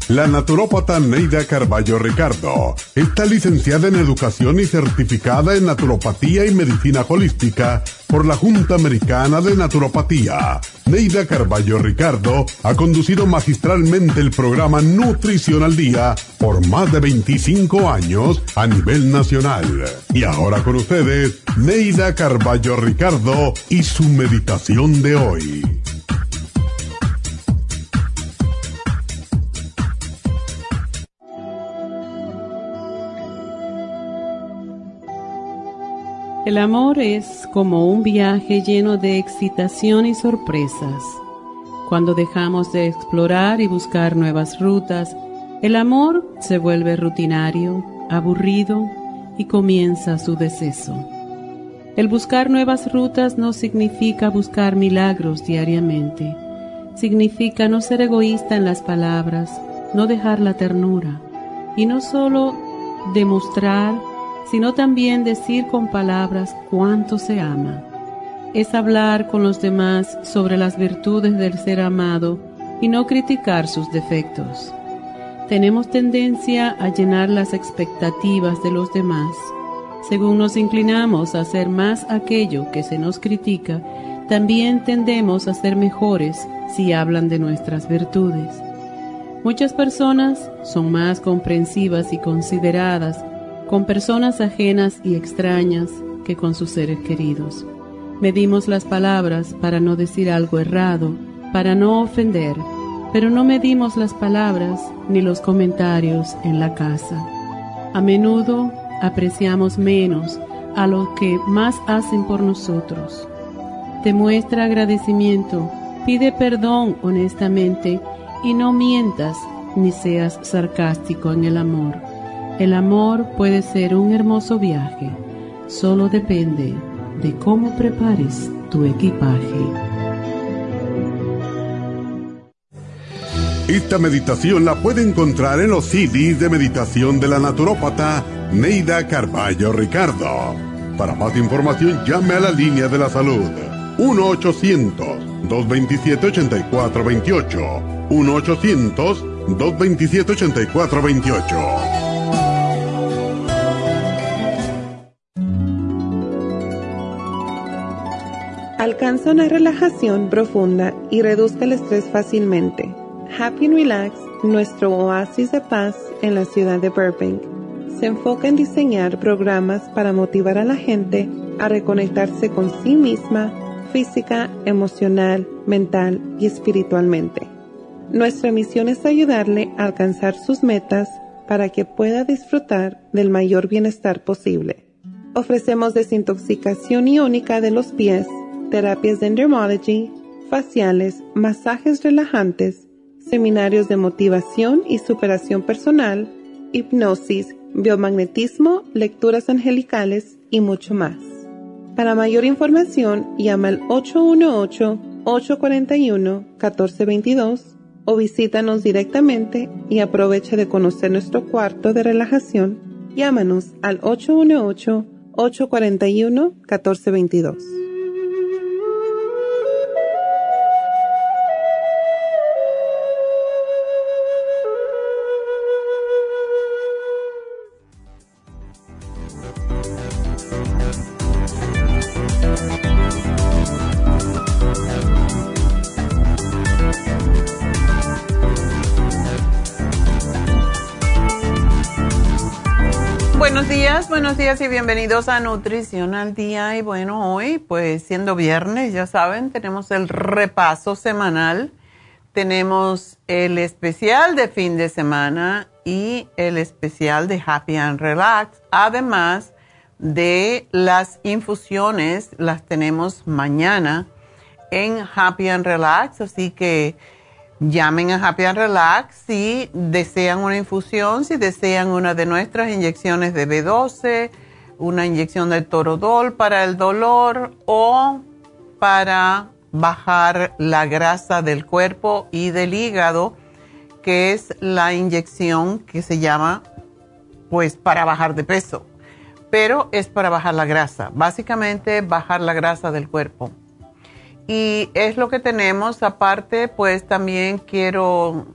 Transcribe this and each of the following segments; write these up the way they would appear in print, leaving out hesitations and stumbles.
La naturópata Neida Carballo Ricardo está licenciada en Educación y certificada en Naturopatía y Medicina Holística por la Junta Americana de Naturopatía. Neida Carballo Ricardo ha conducido magistralmente el programa Nutrición al Día por más de 25 años a nivel nacional. Y ahora con ustedes, Neida Carballo Ricardo y su meditación de hoy. El amor es como un viaje lleno de excitación y sorpresas. Cuando dejamos de explorar y buscar nuevas rutas, el amor se vuelve rutinario, aburrido y comienza su deceso. El buscar nuevas rutas no significa buscar milagros diariamente. Significa no ser egoísta en las palabras, no dejar la ternura y no solo demostrar, sino también decir con palabras cuánto se ama. Es hablar con los demás sobre las virtudes del ser amado y no criticar sus defectos. Tenemos tendencia a llenar las expectativas de los demás. Según nos inclinamos a hacer más aquello que se nos critica, también tendemos a ser mejores si hablan de nuestras virtudes. Muchas personas son más comprensivas y consideradas con personas ajenas y extrañas que con sus seres queridos. Medimos las palabras para no decir algo errado, para no ofender, pero no medimos las palabras ni los comentarios en la casa. A menudo apreciamos menos a los que más hacen por nosotros. Demuestra agradecimiento, pide perdón honestamente y no mientas ni seas sarcástico en el amor. El amor puede ser un hermoso viaje, solo depende de cómo prepares tu equipaje. Esta meditación la puede encontrar en los CDs de meditación de la naturópata Neida Carballo Ricardo. Para más información, llame a la línea de la salud 1-800-227-8428. 1-800-227-8428. Alcanza una relajación profunda y reduzca el estrés fácilmente. Happy and Relax, nuestro oasis de paz en la ciudad de Burbank, se enfoca en diseñar programas para motivar a la gente a reconectarse con sí misma, física, emocional, mental y espiritualmente. Nuestra misión es ayudarle a alcanzar sus metas para que pueda disfrutar del mayor bienestar posible. Ofrecemos desintoxicación iónica de los pies, terapias de Endermology, faciales, masajes relajantes, seminarios de motivación y superación personal, hipnosis, biomagnetismo, lecturas angelicales y mucho más. Para mayor información, llama al 818-841-1422 o visítanos directamente y aprovecha de conocer nuestro cuarto de relajación. Llámanos al 818-841-1422. Buenos días y bienvenidos a Nutrición al Día. Y bueno, hoy, pues siendo viernes, ya saben, tenemos el repaso semanal, tenemos el especial de fin de semana y el especial de Happy and Relax. Además de las infusiones, las tenemos mañana en Happy and Relax, así que llamen a Happy and Relax si desean una infusión, si desean una de nuestras inyecciones de B12, una inyección de Torodol para el dolor o para bajar la grasa del cuerpo y del hígado, que es la inyección que se llama, pues, para bajar de peso, pero es para bajar la grasa, básicamente bajar la grasa del cuerpo. Y es lo que tenemos. Aparte, pues también quiero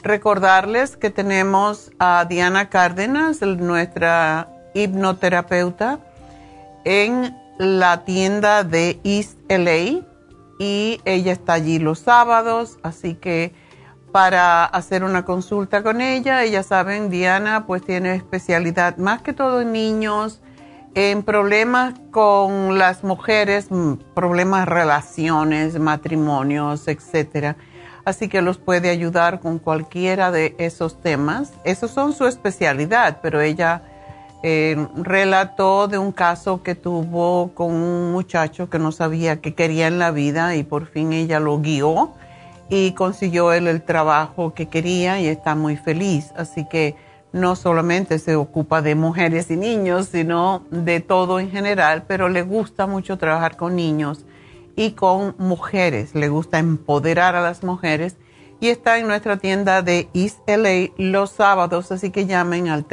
Recordarles que tenemos a Diana Cárdenas, nuestra hipnoterapeuta, en la tienda de East LA y ella está allí los sábados, así que para hacer una consulta con ella, ya saben, Diana pues tiene especialidad más que todo en niños, en problemas con las mujeres, problemas de relaciones, matrimonios, etcétera. Así que los puede ayudar con cualquiera de esos temas. Esos son su especialidad, pero ella relató de un caso que tuvo con un muchacho que no sabía qué quería en la vida y por fin ella lo guió y consiguió él el trabajo que quería y está muy feliz. Así que no solamente se ocupa de mujeres y niños, sino de todo en general, pero le gusta mucho trabajar con niños y con mujeres. Le gusta empoderar a las mujeres y está en nuestra tienda de East LA los sábados, así que llamen al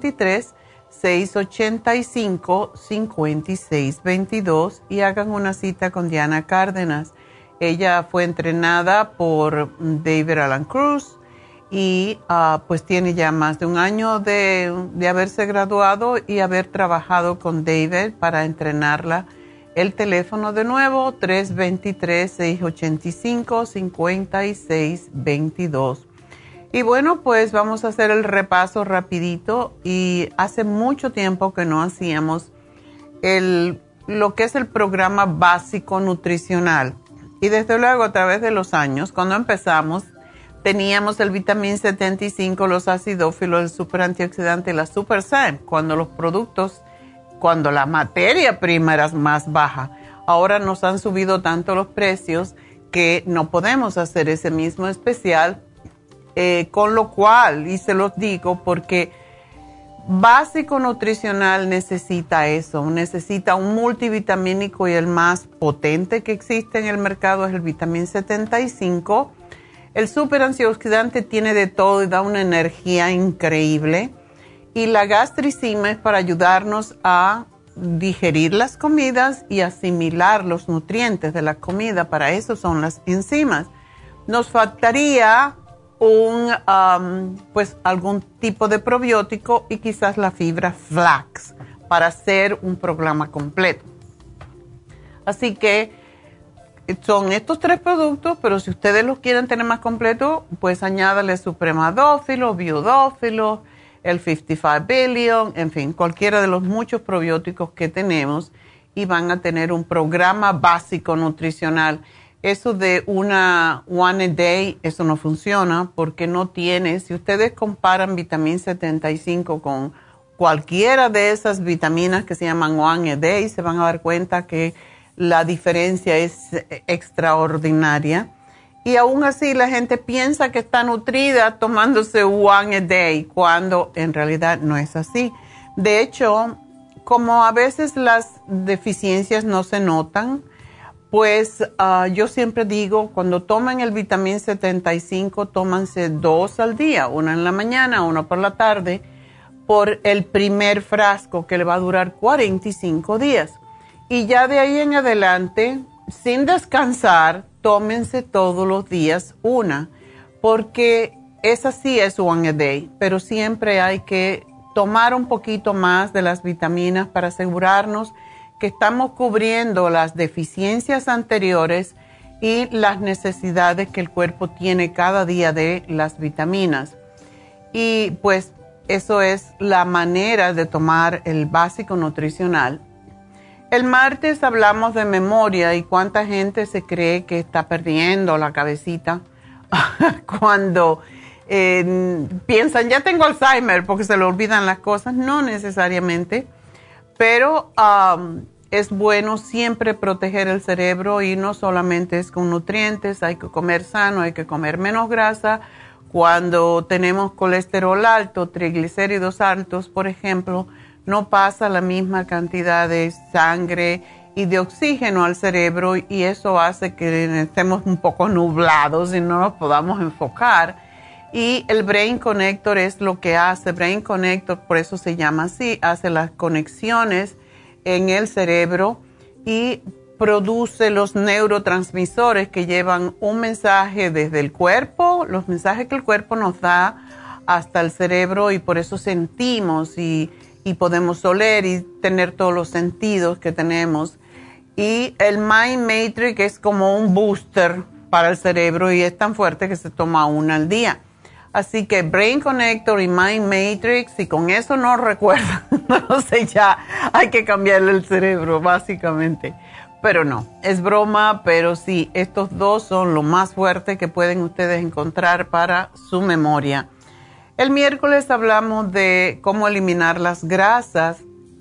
323-685-5622 y hagan una cita con Diana Cárdenas. Ella fue entrenada por David Alan Cruz y pues tiene ya más de un año de haberse graduado y haber trabajado con David para entrenarla. El teléfono de nuevo, 323-685-5622. Y bueno, pues vamos a hacer el repaso rapidito. Y hace mucho tiempo que no hacíamos lo que es el programa básico nutricional. Y desde luego a través de los años, cuando empezamos, teníamos el vitamín 75, los acidófilos, el super antioxidante y la super SAM, cuando la materia prima era más baja. Ahora nos han subido tanto los precios que no podemos hacer ese mismo especial, con lo cual, y se los digo porque básico nutricional necesita eso, necesita un multivitamínico y el más potente que existe en el mercado es el vitamín 75. El super antioxidante tiene de todo y da una energía increíble. Y la gastricima es para ayudarnos a digerir las comidas y asimilar los nutrientes de la comida. Para eso son las enzimas. Nos faltaría pues algún tipo de probiótico y quizás la fibra flax para hacer un programa completo. Así que son estos 3 productos, pero si ustedes los quieren tener más completo, pues añádale supremadófilo, biodófilo, el 55 billion, en fin, cualquiera de los muchos probióticos que tenemos y van a tener un programa básico nutricional. Eso de una one a day, eso no funciona porque no tiene, si ustedes comparan vitamín 75 con cualquiera de esas vitaminas que se llaman one a day, se van a dar cuenta que la diferencia es extraordinaria. Y aún así la gente piensa que está nutrida tomándose one a day, cuando en realidad no es así. De hecho, como a veces las deficiencias no se notan, pues yo siempre digo, cuando toman el vitamín 75, tómanse 2 al día, una en la mañana, una por la tarde, por el primer frasco que le va a durar 45 días. Y ya de ahí en adelante, sin descansar, tómense todos los días una, porque esa sí es one a day, pero siempre hay que tomar un poquito más de las vitaminas para asegurarnos que estamos cubriendo las deficiencias anteriores y las necesidades que el cuerpo tiene cada día de las vitaminas. Y pues eso es la manera de tomar el básico nutricional. El martes hablamos de memoria y cuánta gente se cree que está perdiendo la cabecita cuando piensan, ya tengo Alzheimer, porque se le olvidan las cosas. No necesariamente, pero es bueno siempre proteger el cerebro y no solamente es con nutrientes, hay que comer sano, hay que comer menos grasa. Cuando tenemos colesterol alto, triglicéridos altos, por ejemplo, no pasa la misma cantidad de sangre y de oxígeno al cerebro y eso hace que estemos un poco nublados y no nos podamos enfocar. Y el Brain Connector es lo que hace. Brain Connector, por eso se llama así, hace las conexiones en el cerebro y produce los neurotransmisores que llevan un mensaje desde el cuerpo los mensajes que el cuerpo nos da hasta el cerebro, y por eso sentimos y podemos oler y tener todos los sentidos que tenemos. Y el Mind Matrix es como un booster para el cerebro y es tan fuerte que se toma una al día. Así que Brain Connector y Mind Matrix, si con eso no recuerdan, no sé, ya hay que cambiarle el cerebro básicamente. Pero no, es broma, pero sí, estos dos son lo más fuerte que pueden ustedes encontrar para su memoria. El miércoles hablamos de cómo eliminar las grasas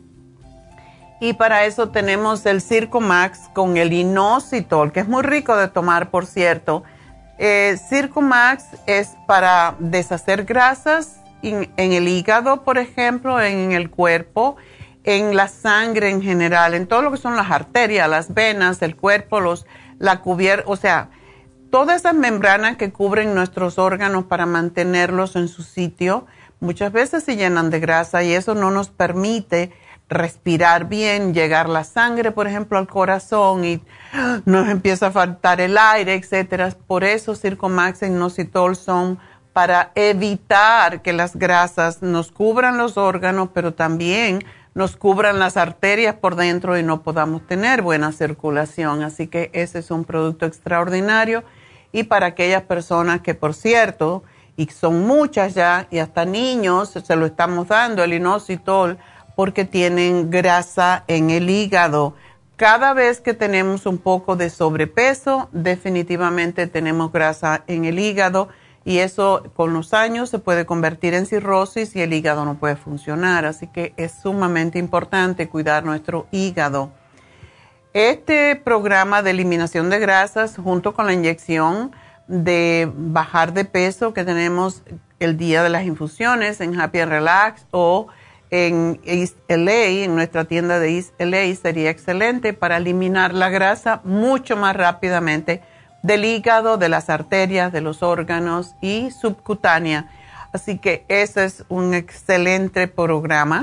y para eso tenemos el Circumax con el inositol, que es muy rico de tomar, por cierto. Circumax es para deshacer grasas en el hígado, por ejemplo, en el cuerpo, en la sangre en general, en todo lo que son las arterias, las venas, el cuerpo, la cubierta, o sea, todas esas membranas que cubren nuestros órganos para mantenerlos en su sitio, muchas veces se llenan de grasa y eso no nos permite respirar bien, llegar la sangre, por ejemplo, al corazón y nos empieza a faltar el aire, etcétera. Por eso Circumax e inositol son para evitar que las grasas nos cubran los órganos, pero también nos cubran las arterias por dentro y no podamos tener buena circulación. Así que ese es un producto extraordinario. Y para aquellas personas que, por cierto, y son muchas ya, y hasta niños se lo estamos dando, el inositol, porque tienen grasa en el hígado. Cada vez que tenemos un poco de sobrepeso, definitivamente tenemos grasa en el hígado y eso con los años se puede convertir en cirrosis y el hígado no puede funcionar. Así que es sumamente importante cuidar nuestro hígado. Este programa de eliminación de grasas junto con la inyección de bajar de peso que tenemos el día de las infusiones en Happy and Relax o en East LA, en nuestra tienda de East LA, sería excelente para eliminar la grasa mucho más rápidamente del hígado, de las arterias, de los órganos y subcutánea. Así que ese es un excelente programa.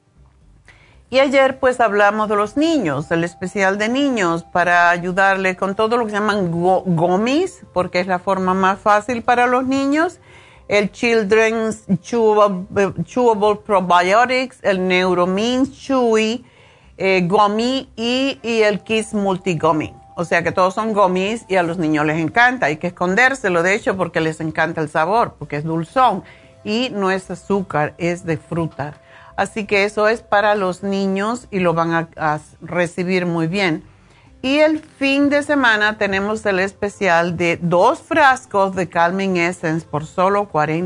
Y ayer pues hablamos de los niños, el especial de niños para ayudarle con todo lo que se llaman gummies, porque es la forma más fácil para los niños. El Children's Chewable Probiotics, el Neuromins Chewy Gummy y el Kids Multi Gummy. O sea que todos son gummies y a los niños les encanta. Hay que escondérselo, de hecho, porque les encanta el sabor, porque es dulzón. Y no es azúcar, es de fruta. Así que eso es para los niños y lo van a recibir muy bien. Y el fin de semana tenemos el especial de 2 frascos de Calming Essence por solo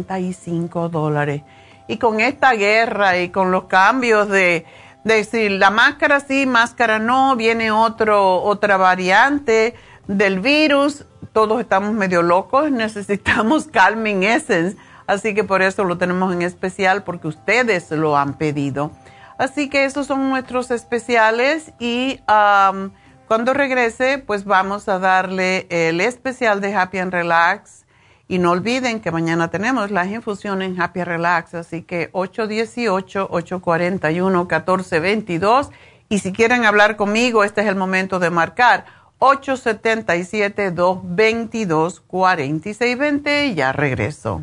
$45. Y con esta guerra y con los cambios de decir la máscara sí, máscara no, viene otra variante del virus, todos estamos medio locos, necesitamos Calming Essence. Así que por eso lo tenemos en especial, porque ustedes lo han pedido. Así que esos son nuestros especiales y cuando regrese, pues vamos a darle el especial de Happy and Relax. Y no olviden que mañana tenemos las infusiones en Happy and Relax. Así que 818-841-1422. Y si quieren hablar conmigo, este es el momento de marcar 877-222-4620. Y ya regreso.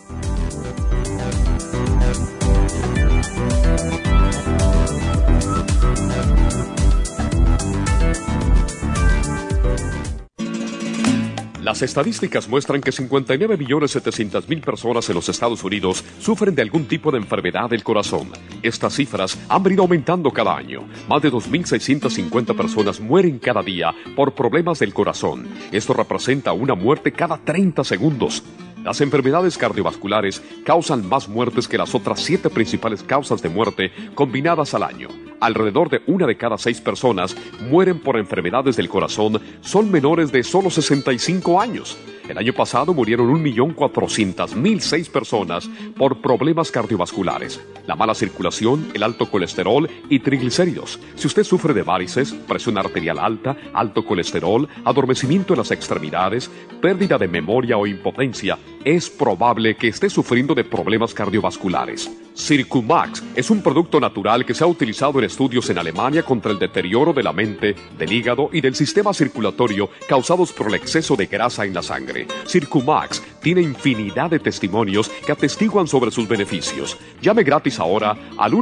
Las estadísticas muestran que 59.700.000 personas en los Estados Unidos sufren de algún tipo de enfermedad del corazón. Estas cifras han venido aumentando cada año. Más de 2.650 personas mueren cada día por problemas del corazón. Esto representa una muerte cada 30 segundos. Las enfermedades cardiovasculares causan más muertes que las otras 7 principales causas de muerte combinadas al año. Alrededor de 1 de cada 6 personas mueren por enfermedades del corazón son menores de solo 65 años. El año pasado murieron 1.400.006 personas por problemas cardiovasculares. La mala circulación, el alto colesterol y triglicéridos. Si usted sufre de varices, presión arterial alta, alto colesterol, adormecimiento en las extremidades, pérdida de memoria o impotencia, es probable que esté sufriendo de problemas cardiovasculares. Circumax es un producto natural que se ha utilizado en estudios en Alemania contra el deterioro de la mente, del hígado y del sistema circulatorio causados por el exceso de grasa en la sangre. Circumax tiene infinidad de testimonios que atestiguan sobre sus beneficios. Llame gratis ahora al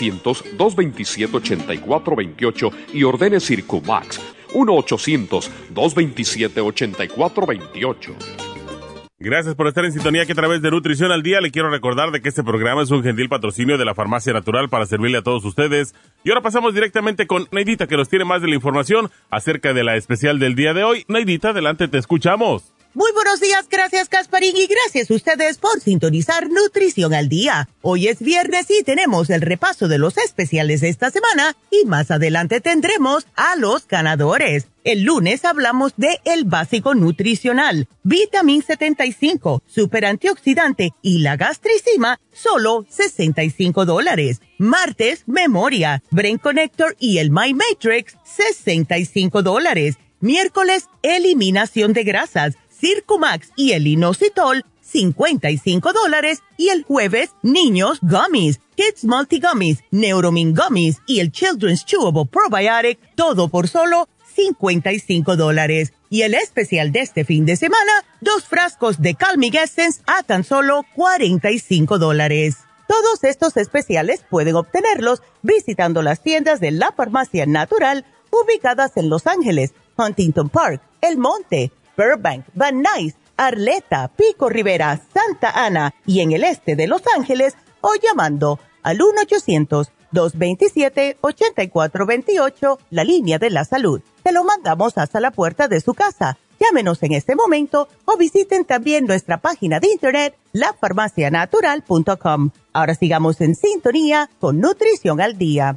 1-800-227-8428 y ordene Circumax. 1-800-227-8428. Gracias por estar en sintonía, que a través de Nutrición al Día le quiero recordar de que este programa es un gentil patrocinio de la Farmacia Natural para servirle a todos ustedes. Y ahora pasamos directamente con Neidita, que nos tiene más de la información acerca de la especial del día de hoy. Neidita, adelante, te escuchamos. Muy buenos días, gracias Gasparín y gracias a ustedes por sintonizar Nutrición al Día. Hoy es viernes y tenemos el repaso de los especiales de esta semana y más adelante tendremos a los ganadores. El lunes hablamos de el básico nutricional, Vitamin 75, super antioxidante y la gastricima, solo $65. Martes, memoria, Brain Connector y el My Matrix, $65. Miércoles, eliminación de grasas, Circumax y el inositol, $55. Y el jueves, niños gummies, Kids Multi Gummies, Neuromin Gummies y el Children's Chewable Probiotic, todo por solo $55. Y el especial de este fin de semana, 2 frascos de Calming Essence a tan solo $45. Todos estos especiales pueden obtenerlos visitando las tiendas de la Farmacia Natural ubicadas en Los Ángeles, Huntington Park, El Monte, Burbank, Van Nuys, Arleta, Pico Rivera, Santa Ana y en el este de Los Ángeles, o llamando al 1-800-227-8428, la línea de la salud. Te lo mandamos hasta la puerta de su casa. Llámenos en este momento o visiten también nuestra página de internet, lafarmacianatural.com. Ahora sigamos en sintonía con Nutrición al Día.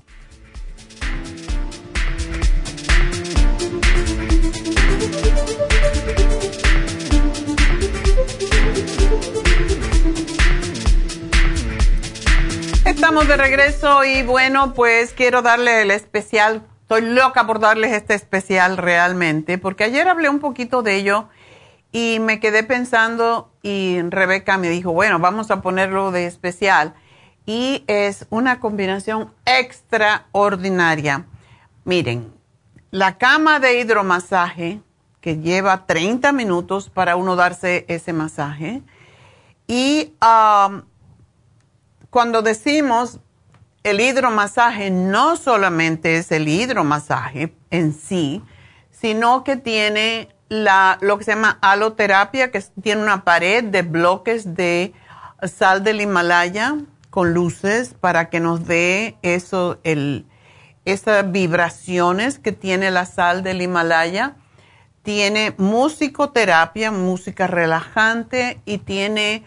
Estamos de regreso y bueno, pues quiero darle el especial. Estoy loca por darles este especial realmente, porque ayer hablé un poquito de ello y me quedé pensando y Rebeca me dijo, bueno, vamos a ponerlo de especial. Y es una combinación extraordinaria. Miren, la cama de hidromasaje, que lleva 30 minutos para uno darse ese masaje, y cuando decimos el hidromasaje, no solamente es el hidromasaje en sí, sino que tiene lo que se llama haloterapia, que tiene una pared de bloques de sal del Himalaya con luces para que nos dé esas vibraciones que tiene la sal del Himalaya. Tiene musicoterapia, música relajante, y tiene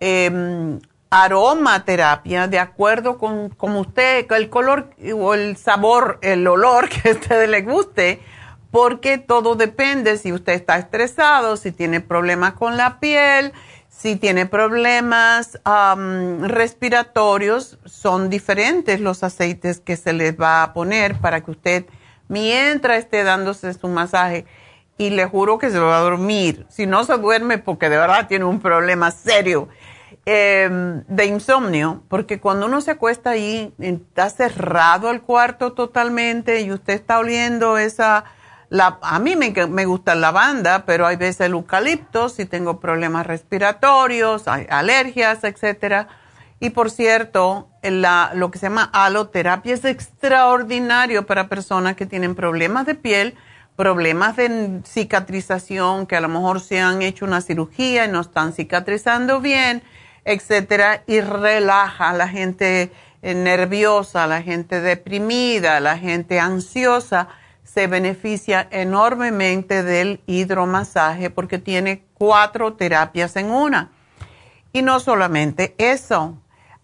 aromaterapia, de acuerdo con como usted, el color o el sabor, el olor que a usted le guste, porque todo depende si usted está estresado, si tiene problemas con la piel, si tiene problemas respiratorios. Son diferentes los aceites que se les va a poner para que usted, mientras esté dándose su masaje, y le juro que se va a dormir. Si no se duerme, porque de verdad tiene un problema serio de insomnio, porque cuando uno se acuesta ahí, está cerrado el cuarto totalmente y usted está oliendo a mí me gusta la lavanda, pero hay veces el eucalipto si tengo problemas respiratorios, hay alergias, etcétera. Y por cierto, lo que se llama haloterapia es extraordinario para personas que tienen problemas de piel, problemas de cicatrización, que a lo mejor se han hecho una cirugía y no están cicatrizando bien, etcétera, y relaja a la gente nerviosa, a la gente deprimida, a la gente ansiosa. Se beneficia enormemente del hidromasaje porque tiene 4 terapias en una. Y no solamente eso,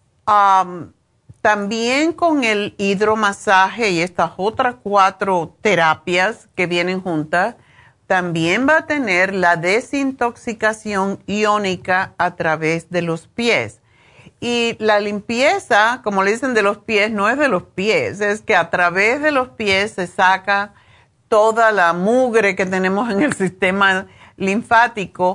también con el hidromasaje y estas otras 4 terapias que vienen juntas, también va a tener la desintoxicación iónica a través de los pies. Y la limpieza, como le dicen, de los pies, no es de los pies, es que a través de los pies se saca toda la mugre que tenemos en el sistema linfático,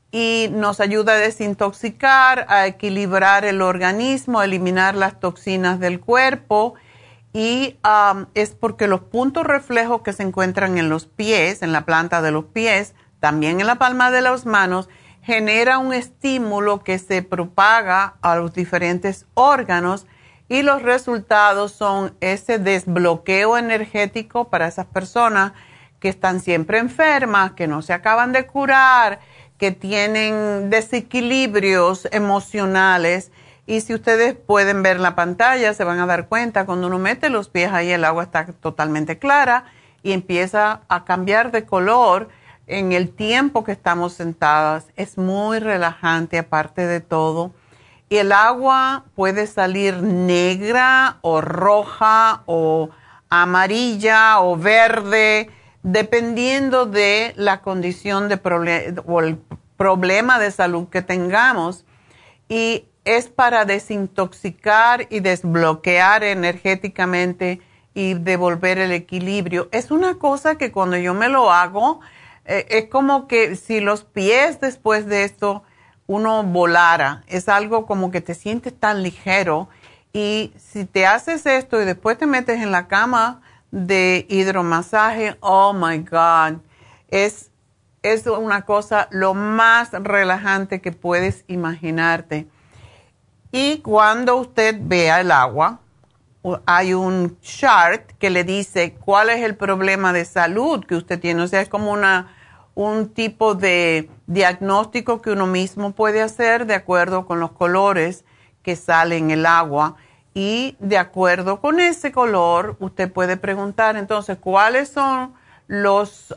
y nos ayuda a desintoxicar, a equilibrar el organismo, a eliminar las toxinas del cuerpo. Y es porque los puntos reflejos que se encuentran en los pies, en la planta de los pies, también en la palma de las manos, genera un estímulo que se propaga a los diferentes órganos y los resultados son ese desbloqueo energético para esas personas que están siempre enfermas, que no se acaban de curar, que tienen desequilibrios emocionales. Y si ustedes pueden ver la pantalla, se van a dar cuenta, cuando uno mete los pies ahí, el agua está totalmente clara y empieza a cambiar de color en el tiempo que estamos sentadas. Es muy relajante aparte de todo. Y el agua puede salir negra o roja o amarilla o verde, dependiendo de la condición de o el problema de salud que tengamos. Y es para desintoxicar y desbloquear energéticamente y devolver el equilibrio. Es una cosa que cuando yo me lo hago, es como que si los pies después de esto uno volara. Es algo como que te sientes tan ligero. Y si te haces esto y después te metes en la cama de hidromasaje, oh my God, es una cosa lo más relajante que puedes imaginarte. Y cuando usted vea el agua, hay un chart que le dice cuál es el problema de salud que usted tiene. O sea, es como un tipo de diagnóstico que uno mismo puede hacer de acuerdo con los colores que salen en el agua. Y de acuerdo con ese color, usted puede preguntar entonces cuáles son los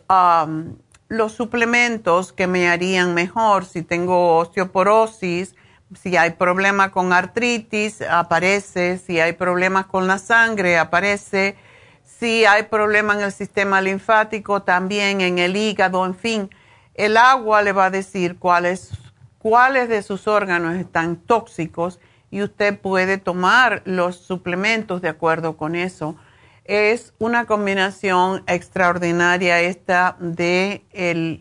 suplementos que me harían mejor si tengo osteoporosis. Si hay problema con artritis, aparece. Si hay problemas con la sangre, aparece. Si hay problema en el sistema linfático, también en el hígado, en fin. El agua le va a decir cuáles de sus órganos están tóxicos y usted puede tomar los suplementos de acuerdo con eso. Es una combinación extraordinaria esta de el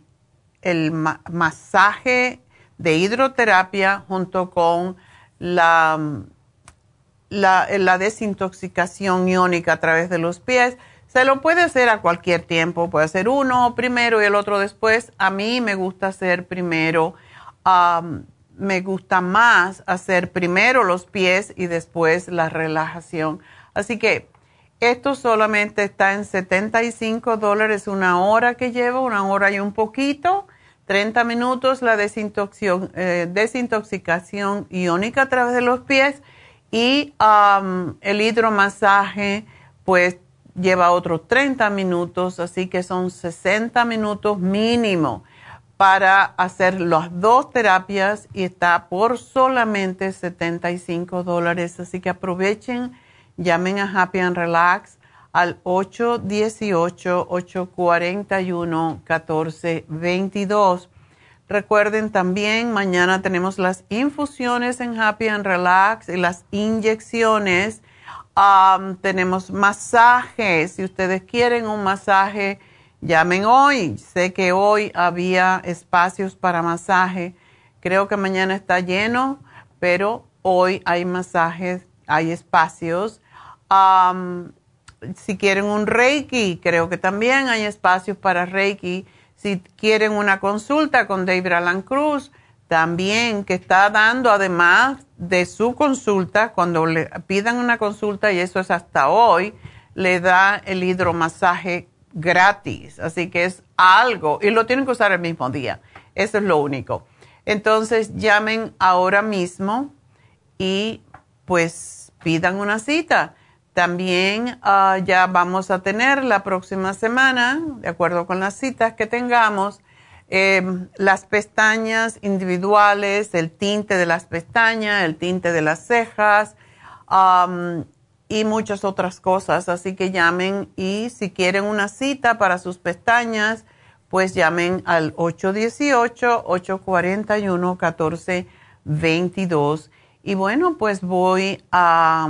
masaje de hidroterapia junto con la desintoxicación iónica a través de los pies. Se lo puede hacer a cualquier tiempo, puede hacer uno primero y el otro después. A mí me gusta hacer primero, me gusta más hacer primero los pies y después la relajación. Así que esto solamente está en $75, una hora que llevo, una hora y un poquito. 30 minutos la desintoxicación iónica a través de los pies y el hidromasaje pues lleva otros 30 minutos, así que son 60 minutos mínimo para hacer las dos terapias y está por solamente $75. Así que aprovechen, llamen a Happy and Relax al 818-841-1422. Recuerden también, mañana tenemos las infusiones en Happy and Relax y las inyecciones. Tenemos masajes. Si ustedes quieren un masaje, llamen hoy. Sé que hoy había espacios para masaje. Creo que mañana está lleno, pero hoy hay masajes, hay espacios. Si quieren un Reiki, creo que también hay espacios para Reiki. Si quieren una consulta con David Alan Cruz, también que está dando, además de su consulta, cuando le pidan una consulta, y eso es hasta hoy, le da el hidromasaje gratis. Así que es algo, y lo tienen que usar el mismo día. Eso es lo único. Entonces, llamen ahora mismo y pues pidan una cita. También ya vamos a tener la próxima semana, de acuerdo con las citas que tengamos, las pestañas individuales, el tinte de las pestañas, el tinte de las cejas y muchas otras cosas. Así que llamen y si quieren una cita para sus pestañas, pues llamen al 818-841-1422. Y bueno, pues voy a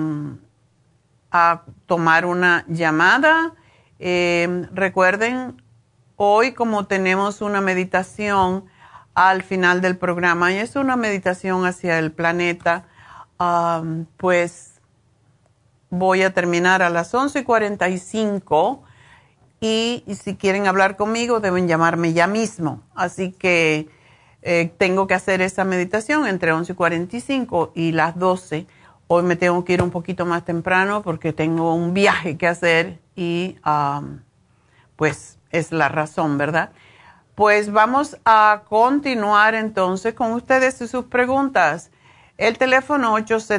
tomar una llamada. Recuerden, hoy como tenemos una meditación al final del programa y es una meditación hacia el planeta. Pues voy a terminar a las 11:45 y si quieren hablar conmigo deben llamarme ya mismo. Así que tengo que hacer esa meditación entre 11:45 y las 12. Hoy me tengo que ir un poquito más temprano porque tengo un viaje que hacer y pues es la razón, ¿verdad? Pues vamos a continuar entonces con ustedes y sus preguntas. El teléfono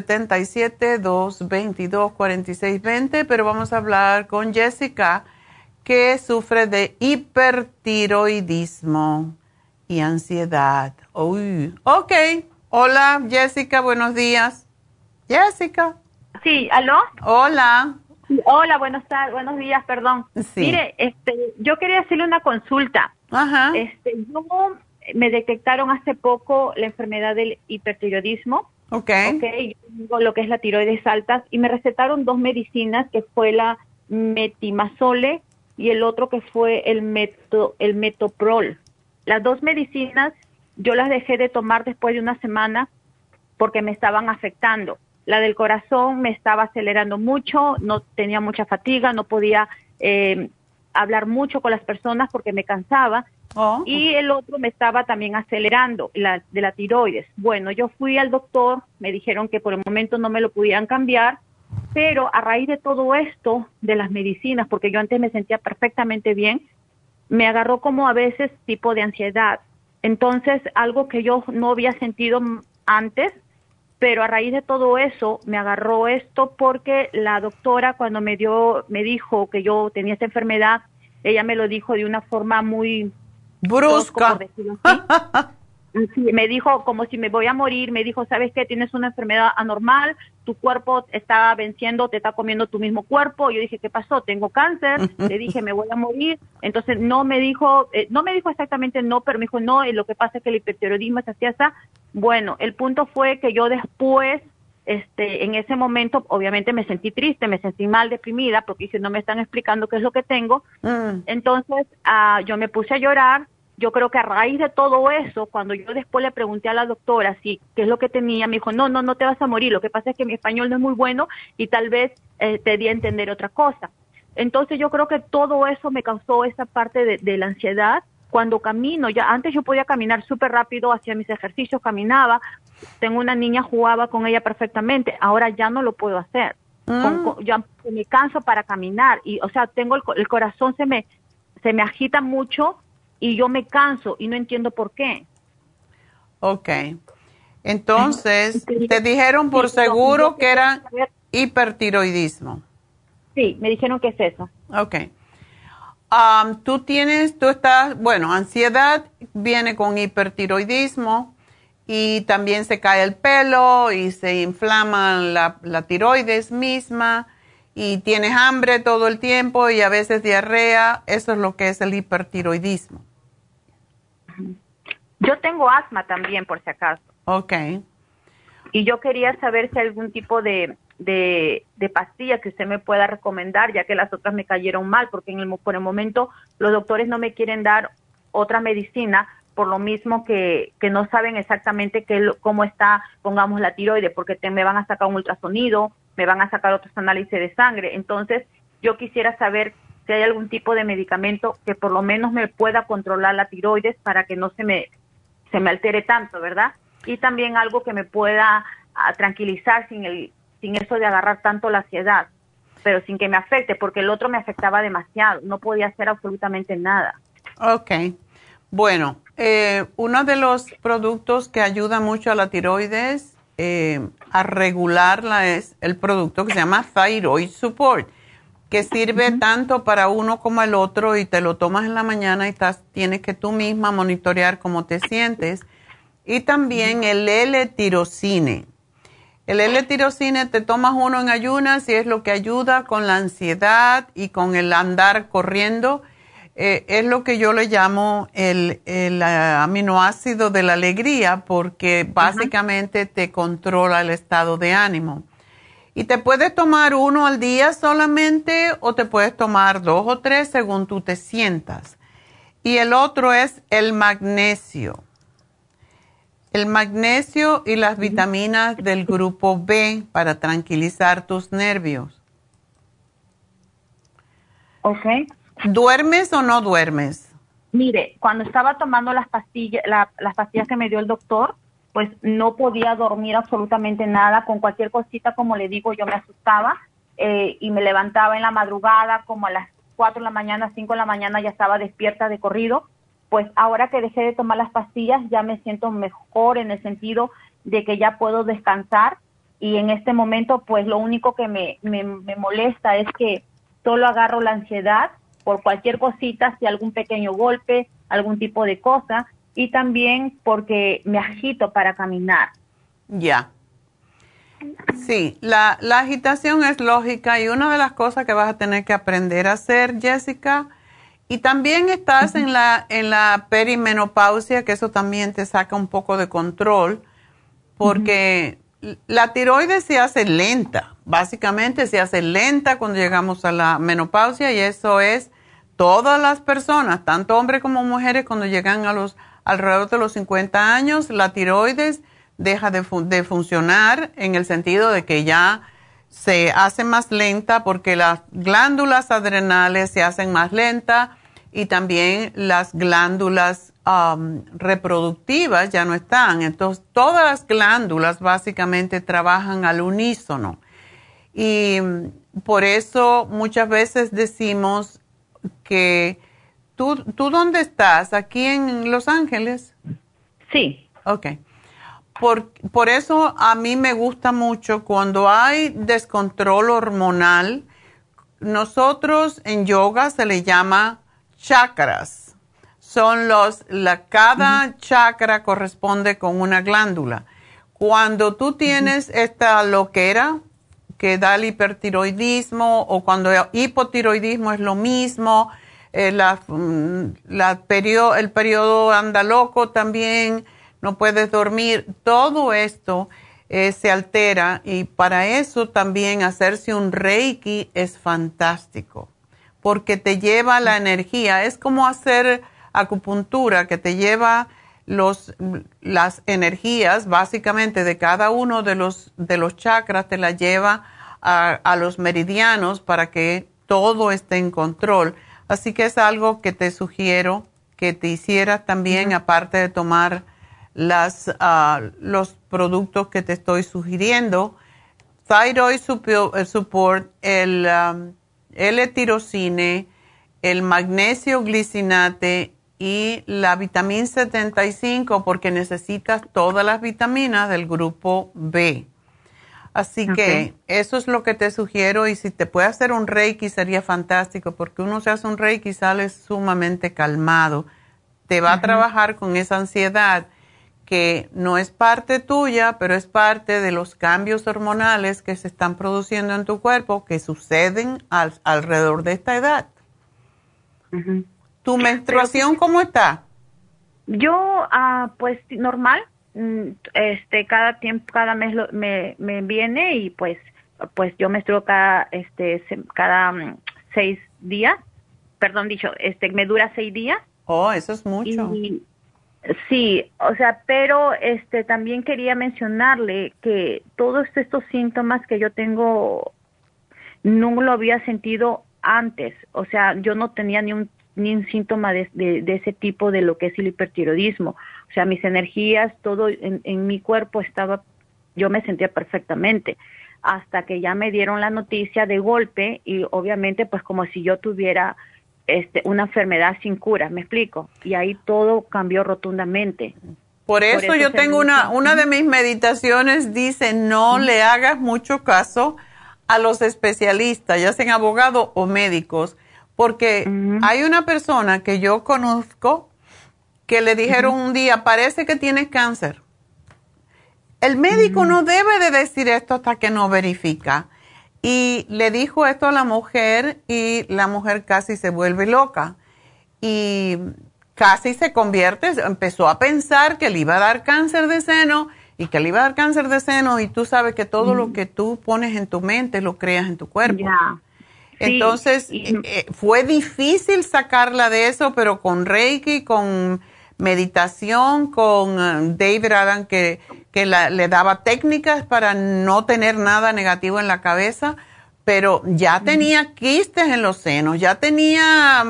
877-222-4620, pero vamos a hablar con Jessica, que sufre de hipertiroidismo y ansiedad. Uy, ok. Hola, Jessica, buenos días. Jessica. Sí, ¿aló? Hola. Hola, buenos días, perdón. Sí. Mire, yo quería hacerle una consulta. Ajá. Yo me detectaron hace poco la enfermedad del hipertiroidismo. Ok. Yo tengo lo que es la tiroides altas y me recetaron 2 medicinas, que fue la metimazole y el otro que fue el metoprol. Las 2 medicinas yo las dejé de tomar después de una semana porque me estaban afectando. La del corazón me estaba acelerando mucho, no tenía mucha fatiga, no podía hablar mucho con las personas porque me cansaba. Oh. Y el otro me estaba también acelerando, de la tiroides. Bueno, yo fui al doctor, me dijeron que por el momento no me lo pudieran cambiar, pero a raíz de todo esto, de las medicinas, porque yo antes me sentía perfectamente bien, me agarró como a veces tipo de ansiedad. Entonces, algo que yo no había sentido antes, pero a raíz de todo eso me agarró esto porque la doctora cuando me dijo que yo tenía esta enfermedad, ella me lo dijo de una forma muy brusca. Por decirlo así. Sí, me dijo como si me voy a morir, me dijo, ¿sabes qué? Tienes una enfermedad anormal, tu cuerpo está venciendo, te está comiendo tu mismo cuerpo. Yo dije, ¿qué pasó? Tengo cáncer. Le dije, me voy a morir. Entonces no me dijo exactamente no, pero me dijo, no, lo que pasa es que el hipertiroidismo es así, así. Bueno, el punto fue que yo después, en ese momento, obviamente me sentí triste, me sentí mal, deprimida, porque dije, no me están explicando qué es lo que tengo. Entonces yo me puse a llorar. Yo creo que a raíz de todo eso, cuando yo después le pregunté a la doctora qué es lo que tenía, me dijo, no te vas a morir, lo que pasa es que mi español no es muy bueno y tal vez te di a entender otra cosa. Entonces yo creo que todo eso me causó esa parte de la ansiedad. Cuando camino, ya antes yo podía caminar súper rápido, hacía mis ejercicios, caminaba, tengo una niña, jugaba con ella perfectamente, ahora ya no lo puedo hacer. Ya me canso para caminar y, o sea, tengo el corazón se me agita mucho y yo me canso y no entiendo por qué. Ok. Entonces, te dijeron por seguro que era hipertiroidismo. Sí, me dijeron que es eso. Ok. Ansiedad viene con hipertiroidismo y también se cae el pelo y se inflama la tiroides misma y tienes hambre todo el tiempo y a veces diarrea. Eso es lo que es el hipertiroidismo. Yo tengo asma también, por si acaso. Ok. Y yo quería saber si hay algún tipo de pastilla que usted me pueda recomendar, ya que las otras me cayeron mal, porque por el momento los doctores no me quieren dar otra medicina, por lo mismo que no saben exactamente cómo está, pongamos, la tiroides, porque me van a sacar un ultrasonido, me van a sacar otros análisis de sangre. Entonces, yo quisiera saber si hay algún tipo de medicamento que por lo menos me pueda controlar la tiroides para que no se me altere tanto, ¿verdad? Y también algo que me pueda tranquilizar sin eso de agarrar tanto la ansiedad, pero sin que me afecte, porque el otro me afectaba demasiado, no podía hacer absolutamente nada. Ok. Bueno, uno de los productos que ayuda mucho a la tiroides a regularla es el producto que se llama Thyroid Support, que sirve tanto para uno como el otro y te lo tomas en la mañana y tienes que tú misma monitorear cómo te sientes. Y también el L-tirocine. El L-tirocine te tomas uno en ayunas y es lo que ayuda con la ansiedad y con el andar corriendo. Es lo que yo le llamo el aminoácido de la alegría porque básicamente te controla el estado de ánimo. Y te puedes tomar uno al día solamente o te puedes tomar 2 o 3 según tú te sientas. Y el otro es el magnesio. El magnesio y las vitaminas del grupo B para tranquilizar tus nervios. Ok. ¿Duermes o no duermes? Mire, cuando estaba tomando las pastillas, las pastillas que me dio el doctor, pues no podía dormir absolutamente nada. Con cualquier cosita, como le digo, yo me asustaba y me levantaba en la madrugada, como a las 4 de la mañana, 5 de la mañana, ya estaba despierta de corrido. Pues ahora que dejé de tomar las pastillas ya me siento mejor en el sentido de que ya puedo descansar, y en este momento pues lo único que me molesta es que solo agarro la ansiedad por cualquier cosita, si algún pequeño golpe, algún tipo de cosa, y también porque me agito para caminar. Ya. Sí, la agitación es lógica, y una de las cosas que vas a tener que aprender a hacer, Jessica, y también estás en la perimenopausia, que eso también te saca un poco de control, porque la tiroides se hace lenta, básicamente se hace lenta cuando llegamos a la menopausia, y eso es todas las personas, tanto hombres como mujeres, cuando llegan a alrededor de los 50 años, la tiroides deja de funcionar, en el sentido de que ya se hace más lenta porque las glándulas adrenales se hacen más lentas, y también las glándulas reproductivas ya no están. Entonces, todas las glándulas básicamente trabajan al unísono. Y por eso muchas veces decimos que ¿tú dónde estás? ¿Aquí en Los Ángeles? Sí. Ok. Por eso a mí me gusta mucho cuando hay descontrol hormonal. Nosotros en yoga se le llama chakras. Son cada chakra corresponde con una glándula. Cuando tú tienes esta loquera que da el hipertiroidismo, o cuando el hipotiroidismo es lo mismo, el periodo anda loco también, no puedes dormir, todo esto se altera, y para eso también hacerse un Reiki es fantástico, porque te lleva la energía. Es como hacer acupuntura, que te lleva las energías básicamente de cada uno de los chakras, te la lleva a los meridianos para que todo esté en control. Así que es algo que te sugiero que te hicieras también, aparte de tomar los productos que te estoy sugiriendo: Thyroid Support, el L-tirocine, el magnesio glicinate y la vitamina 75, porque necesitas todas las vitaminas del grupo B. Así que eso es lo que te sugiero, y si te puede hacer un Reiki sería fantástico, porque uno se hace un Reiki y sale sumamente calmado. Te va a trabajar con esa ansiedad que no es parte tuya, pero es parte de los cambios hormonales que se están produciendo en tu cuerpo, que suceden alrededor de esta edad. ¿Tu menstruación cómo está? Yo, pues normal, cada mes me viene, y pues yo menstruo cada 6 días, me dura 6 días. Oh, eso es mucho. Sí, o sea, pero también quería mencionarle que todos estos síntomas que yo tengo no lo había sentido antes. O sea, yo no tenía ni un síntoma de ese tipo de lo que es el hipertiroidismo. O sea, mis energías, todo en mi cuerpo yo me sentía perfectamente, hasta que ya me dieron la noticia de golpe, y obviamente pues como si yo tuviera una enfermedad sin cura, ¿me explico? Y ahí todo cambió rotundamente. Por eso yo tengo una de mis meditaciones, dice: no le hagas mucho caso a los especialistas, ya sean abogados o médicos, porque hay una persona que yo conozco que le dijeron un día: parece que tienes cáncer. El médico no debe de decir esto hasta que no verifica. Y le dijo esto a la mujer, y la mujer casi se vuelve loca y casi se empezó a pensar que le iba a dar cáncer de seno, y tú sabes que todo lo que tú pones en tu mente lo creas en tu cuerpo. Yeah. Entonces, fue difícil sacarla de eso, pero con Reiki, con meditación con David Allen, que le daba técnicas para no tener nada negativo en la cabeza, pero ya tenía quistes en los senos, ya tenía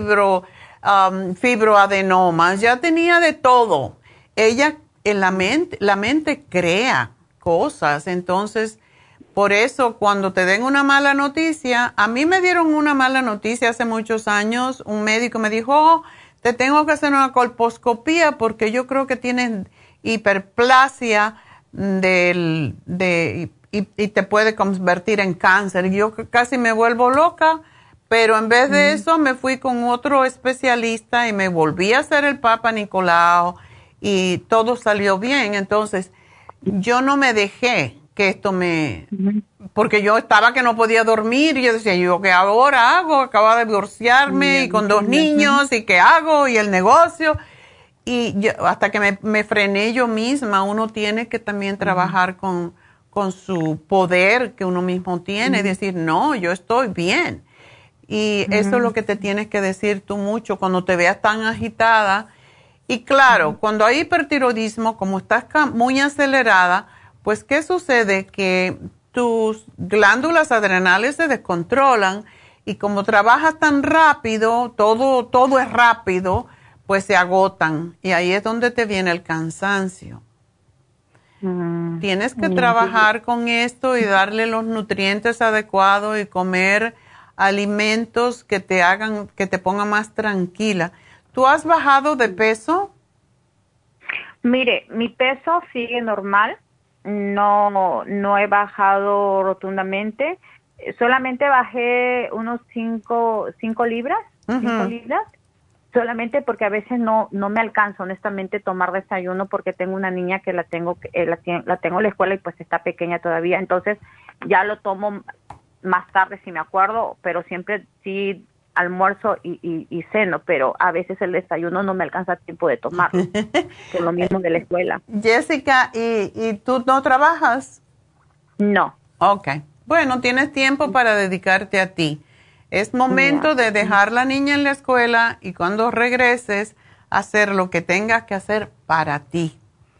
fibroadenomas, ya tenía de todo. Ella, en la mente crea cosas, entonces, por eso cuando te den una mala noticia, a mí me dieron una mala noticia hace muchos años, un médico me dijo, oh, te tengo que hacer una colposcopía porque yo creo que tienes hiperplasia y te puede convertir en cáncer. Yo casi me vuelvo loca, pero en vez de eso me fui con otro especialista y me volví a hacer el Papa Nicolau y todo salió bien. Entonces, yo no me dejé que esto porque yo estaba que no podía dormir y yo decía, ¿yo qué ahora hago? Acabo de divorciarme y con 2 niños y ¿qué hago? Y el negocio. Y hasta que me frené yo misma, uno tiene que también trabajar con su poder que uno mismo tiene y decir, no, yo estoy bien. Y eso es lo que te tienes que decir tú mucho cuando te veas tan agitada. Y claro, cuando hay hipertiroidismo, como estás muy acelerada, pues ¿qué sucede? Que tus glándulas adrenales se descontrolan y como trabajas tan rápido, todo es rápido, pues se agotan y ahí es donde te viene el cansancio. Tienes que trabajar con esto y darle los nutrientes adecuados y comer alimentos que te pongan más tranquila. ¿Tú has bajado de peso? Mire, mi peso sigue normal. No he bajado rotundamente. Solamente bajé unos 5 libras. 5 libras. Solamente porque a veces no me alcanza honestamente tomar desayuno porque tengo una niña que la tengo en la escuela y pues está pequeña todavía, entonces ya lo tomo más tarde si me acuerdo, pero siempre sí almuerzo y ceno, pero a veces el desayuno no me alcanza tiempo de tomarlo, por lo mismo de la escuela. Jessica, ¿y tú no trabajas? No. Ok, bueno, tienes tiempo para dedicarte a ti. Es momento de dejar la niña en la escuela y cuando regreses, hacer lo que tengas que hacer para ti.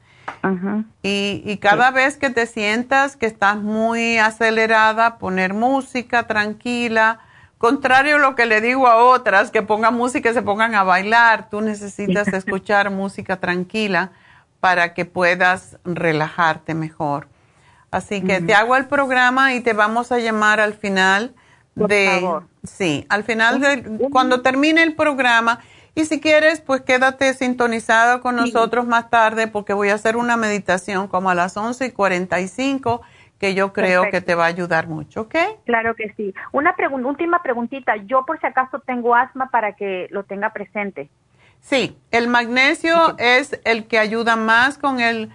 Y cada vez que te sientas que estás muy acelerada, poner música tranquila. Contrario a lo que le digo a otras, que pongan música y se pongan a bailar, tú necesitas escuchar música tranquila para que puedas relajarte mejor. Así que te hago el programa y te vamos a llamar al final. Por favor. Sí, al final cuando termine el programa, y si quieres, pues quédate sintonizado con nosotros más tarde porque voy a hacer una meditación como a las 11:45 que yo creo que te va a ayudar mucho, ¿ok? Claro que sí. Última preguntita, yo por si acaso tengo asma para que lo tenga presente. Sí, el magnesio es el que ayuda más con el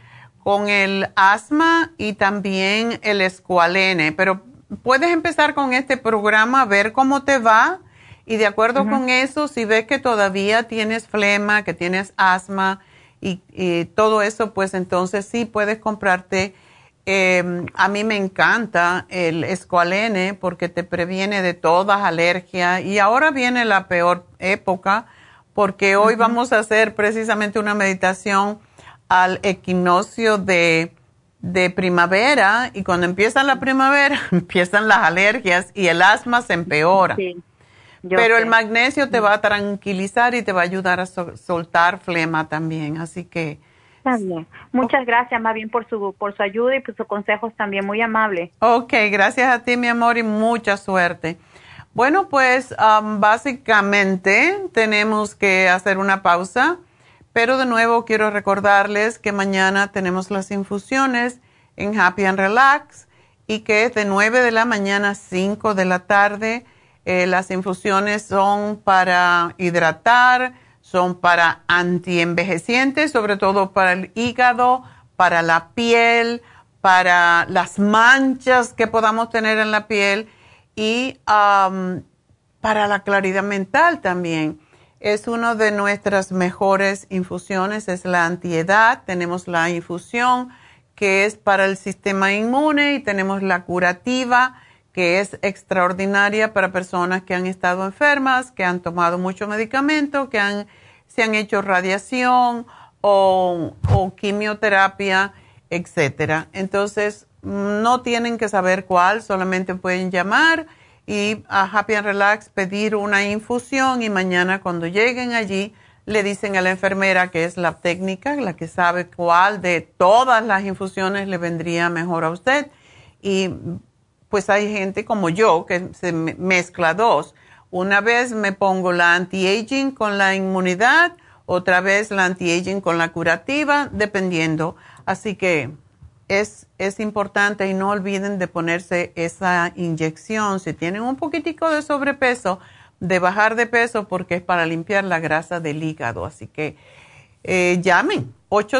asma y también el escualene, pero puedes empezar con este programa, ver cómo te va y de acuerdo con eso, si ves que todavía tienes flema, que tienes asma y todo eso, pues entonces sí puedes comprarte. A mí me encanta el escualene porque te previene de todas alergias y ahora viene la peor época porque hoy vamos a hacer precisamente una meditación al equinoccio de primavera y cuando empieza la primavera empiezan las alergias y el asma se empeora. Sí, pero el magnesio te va a tranquilizar y te va a ayudar a soltar flema también, así que... Está bien. Muchas gracias más bien por su ayuda y por sus consejos también, muy amable. Ok, gracias a ti mi amor y mucha suerte. Bueno, pues básicamente tenemos que hacer una pausa. Pero de nuevo quiero recordarles que mañana tenemos las infusiones en Happy and Relax y que es de 9 de la mañana a 5 de la tarde. Las infusiones son para hidratar, son para antienvejecientes, sobre todo para el hígado, para la piel, para las manchas que podamos tener en la piel y para la claridad mental también. Es una de nuestras mejores infusiones, es la antiedad. Tenemos la infusión que es para el sistema inmune y tenemos la curativa que es extraordinaria para personas que han estado enfermas, que han tomado mucho medicamento, que han se han hecho radiación o quimioterapia, etcétera. Entonces, no tienen que saber cuál, solamente pueden llamar y a Happy and Relax pedir una infusión y mañana cuando lleguen allí le dicen a la enfermera, que es la técnica, la que sabe cuál de todas las infusiones le vendría mejor a usted. Y pues hay gente como yo que se mezcla dos. Una vez me pongo la anti-aging con la inmunidad, otra vez la anti-aging con la curativa, dependiendo. Así que es importante y no olviden de ponerse esa inyección si tienen un poquitico de sobrepeso, de bajar de peso, porque es para limpiar la grasa del hígado. Así que llamen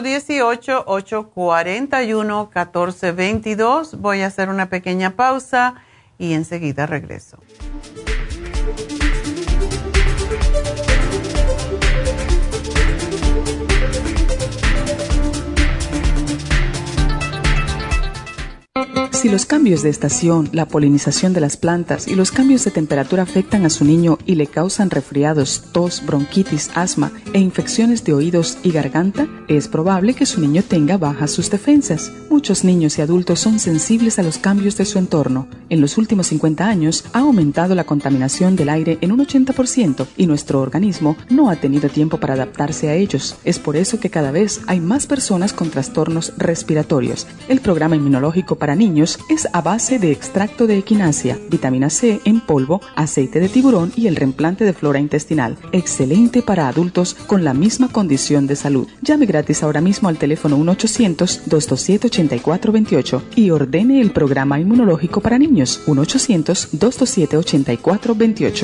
818-841-1422. Voy a hacer una pequeña pausa y enseguida regreso. Si los cambios de estación, la polinización de las plantas y los cambios de temperatura afectan a su niño y le causan resfriados, tos, bronquitis, asma e infecciones de oídos y garganta, es probable que su niño tenga bajas sus defensas. Muchos niños y adultos son sensibles a los cambios de su entorno. En los últimos 50 años ha aumentado la contaminación del aire en un 80% y nuestro organismo no ha tenido tiempo para adaptarse a ellos. Es por eso que cada vez hay más personas con trastornos respiratorios. El programa inmunológico para niños es a base de extracto de equinacia, vitamina C en polvo, aceite de tiburón y el reemplante de flora intestinal. Excelente para adultos con la misma condición de salud. Llame gratis ahora mismo al teléfono 1-800-227-8428 y ordene el programa inmunológico para niños. 1-800-227-8428.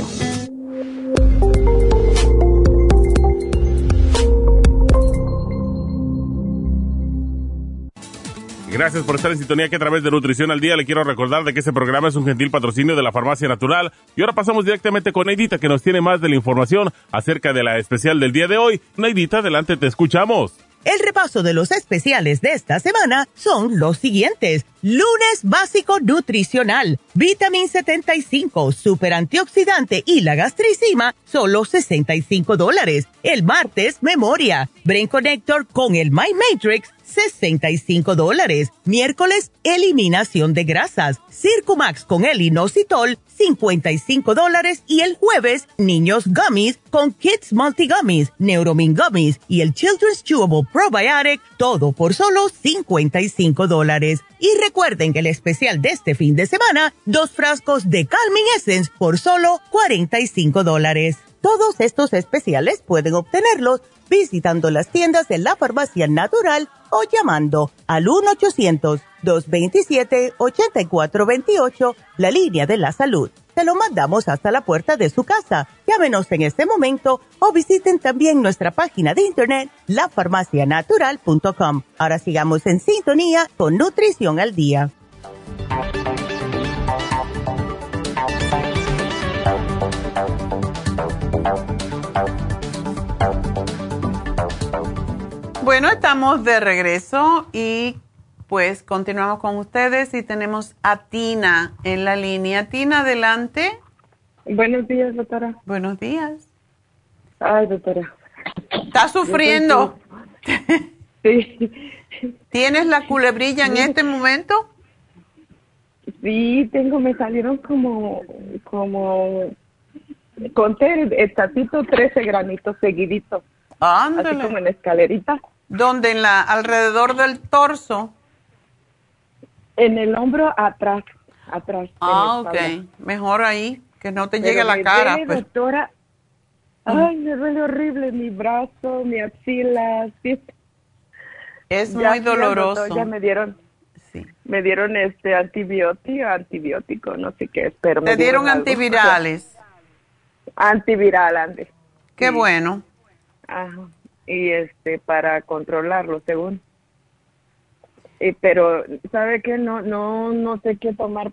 Gracias por estar en sintonía, que a través de Nutrición al Día le quiero recordar de que este programa es un gentil patrocinio de la Farmacia Natural. Y ahora pasamos directamente con Neidita, que nos tiene más de la información acerca de la especial del día de hoy. Neidita, adelante, te escuchamos. El repaso de los especiales de esta semana son los siguientes. Lunes básico nutricional, Vitamin 75, super antioxidante y la gastricima, solo $65. El martes, memoria, Brain Connector con el My Matrix, $65. Miércoles, eliminación de grasas, Circumax con el inositol, $55. Y el jueves, niños gummies con Kids Multi Gummies, Neuromin Gummies y el Children's Chewable Probiotic, todo por solo $55. Y recuerden que el especial de este fin de semana, 2 frascos de Calming Essence por solo $45. Todos estos especiales pueden obtenerlos visitando las tiendas de la Farmacia Natural o llamando al 1-800-227-8428, la línea de la salud. Se lo mandamos hasta la puerta de su casa. Llámenos en este momento o visiten también nuestra página de internet, lafarmacianatural.com. Ahora sigamos en sintonía con Nutrición al Día. Bueno, estamos de regreso y pues continuamos con ustedes y tenemos a Tina en la línea. Tina, adelante. Buenos días, doctora. Buenos días. Ay, doctora. ¿Estás sufriendo? Sí. ¿Tienes la culebrilla en este momento? Sí, me salieron como conté el tatito 13 granitos seguiditos. Ándale. Así como en escalerita. ¿Dónde? Alrededor del torso. En el hombro atrás. Ah, ok. Mejor ahí, que no te llegue a la cara. Duele, pues. Doctora, ay, me duele horrible mi brazo, mi axila. Sí. Es muy doloroso. Doctor, ya me dieron antibiótico, no sé qué es, pero ¿te dieron antivirales? Antiviral, Andy. Qué bueno. Ajá. Y para controlarlo, según. Pero ¿sabe qué? No sé qué tomar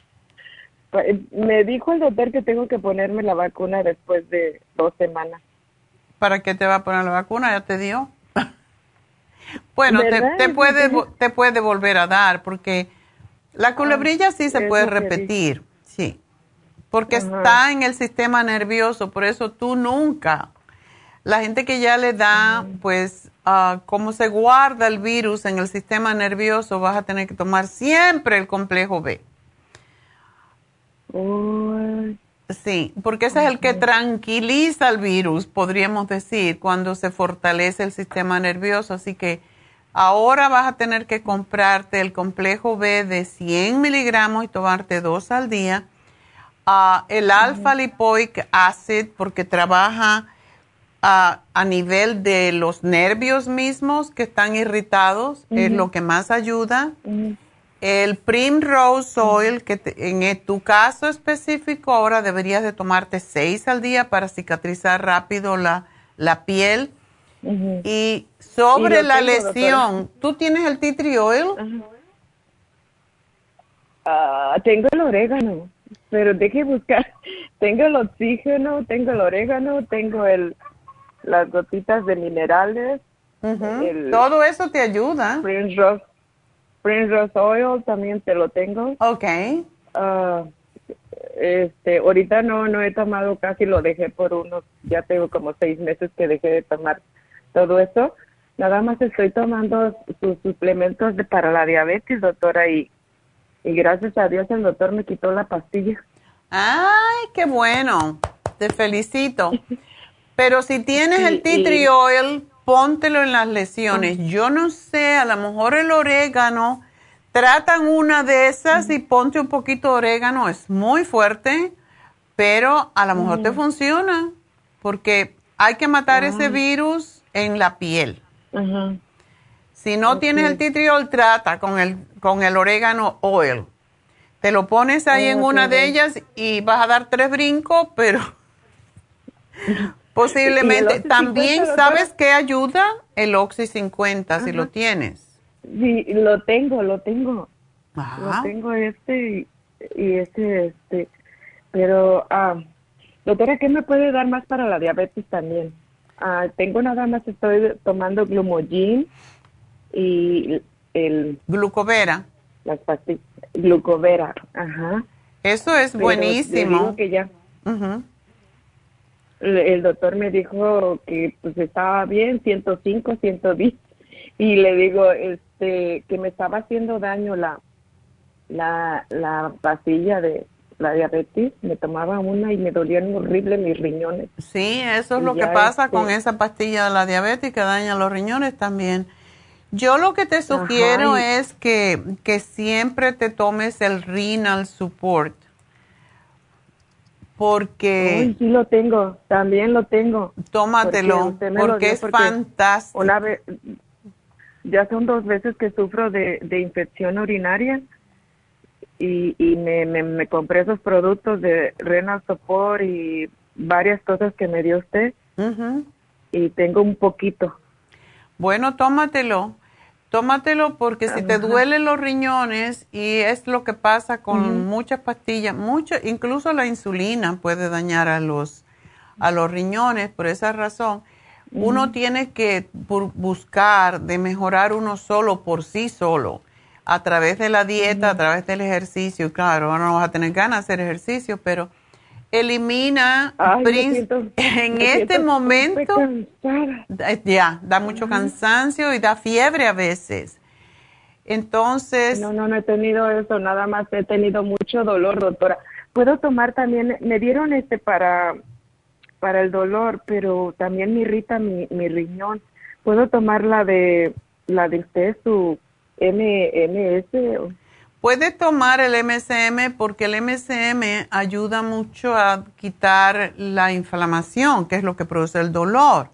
me dijo el doctor que tengo que ponerme la vacuna después de 2 semanas. ¿Para qué te va a poner la vacuna? ¿Ya te dio? Bueno, te puede volver a dar, porque la culebrilla sí se puede repetir, sí, porque está en el sistema nervioso, por eso tú nunca La gente que ya le da, pues, como se guarda el virus en el sistema nervioso, vas a tener que tomar siempre el complejo B. Sí, porque ese es el que tranquiliza el virus, podríamos decir, cuando se fortalece el sistema nervioso. Así que ahora vas a tener que comprarte el complejo B de 100 miligramos y tomarte 2 al día. El alfa lipoic acid, porque trabaja a nivel de los nervios mismos que están irritados, es lo que más ayuda. El Primrose Oil, que en tu caso específico ahora deberías de tomarte 6 al día para cicatrizar rápido la piel. Y sobre la lesión, doctora, ¿tú tienes el tea tree oil? Tengo el orégano, pero deje buscar. Tengo el oxígeno, tengo el orégano, tengo las gotitas de minerales. Todo eso te ayuda. Primrose Oil también te lo tengo. Okay. Ahorita no he tomado casi, lo dejé ya tengo como 6 meses que dejé de tomar todo eso. Nada más estoy tomando sus suplementos para la diabetes, doctora, y gracias a Dios el doctor me quitó la pastilla. ¡Ay, qué bueno! Te felicito. Pero si tienes el tea tree oil, póntelo en las lesiones. Yo no sé, a lo mejor el orégano, tratan una de esas y ponte un poquito de orégano, es muy fuerte, pero a lo mejor te funciona, porque hay que matar ese virus en la piel. Si no tienes el tea tree oil, trata con el orégano oil. Te lo pones ahí en una de ellas y vas a dar 3 brincos, pero posiblemente. También, ¿sabes qué ayuda? El Oxy 50, si lo tienes. Sí, lo tengo. Ajá. Lo tengo pero, doctora, ¿qué me puede dar más para la diabetes también? Tengo nada más, estoy tomando Glumogin y el... Glucovera. Las pastillas, Glucovera, ajá. Eso es buenísimo. Digo que ya... El doctor me dijo que pues estaba bien, 105, 110, y le digo que me estaba haciendo daño la pastilla de la diabetes. Me tomaba una y me dolían horrible mis riñones. Sí, eso es lo que pasa con esa pastilla de la diabetes, que daña los riñones también. Yo lo que te sugiero es que siempre te tomes el Renal Support. Porque... sí lo tengo, también lo tengo. Tómatelo, porque es fantástico. Una vez, ya son 2 veces que sufro de infección urinaria y me compré esos productos de Renal Support y varias cosas que me dio usted y tengo un poquito. Bueno, tómatelo porque si te duelen los riñones, y es lo que pasa con muchas pastillas, incluso la insulina puede dañar a los riñones. Por esa razón, uno tiene que buscar de mejorar uno solo por sí solo, a través de la dieta, a través del ejercicio. Claro, ahora no vas a tener ganas de hacer ejercicio, pero elimina en este momento, da mucho cansancio y da fiebre a veces. Entonces... No he tenido eso, nada más he tenido mucho dolor, doctora. Puedo tomar también, me dieron para el dolor, pero también me irrita mi riñón. ¿Puedo tomar la de usted, su MS? Puede tomar el MSM porque el MSM ayuda mucho a quitar la inflamación, que es lo que produce el dolor.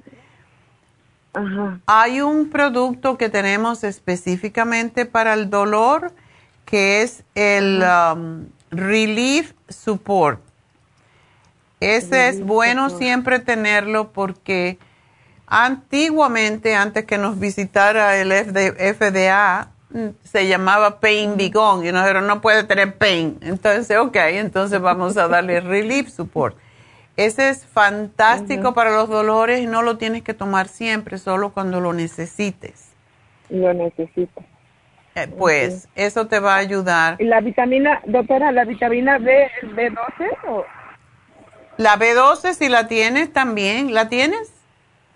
Hay un producto que tenemos específicamente para el dolor, que es el Relief Support. Ese es bueno siempre tenerlo porque antiguamente, antes que nos visitara el FDA, se llamaba Pain Be Gone, pero no puede tener pain. Entonces, entonces vamos a darle Relief Support. Ese es fantástico para los dolores y no lo tienes que tomar siempre, solo cuando lo necesites. Lo necesito. Pues eso te va a ayudar. ¿Y la vitamina, doctora, la vitamina B12 o? La B12 si la tienes también, ¿la tienes?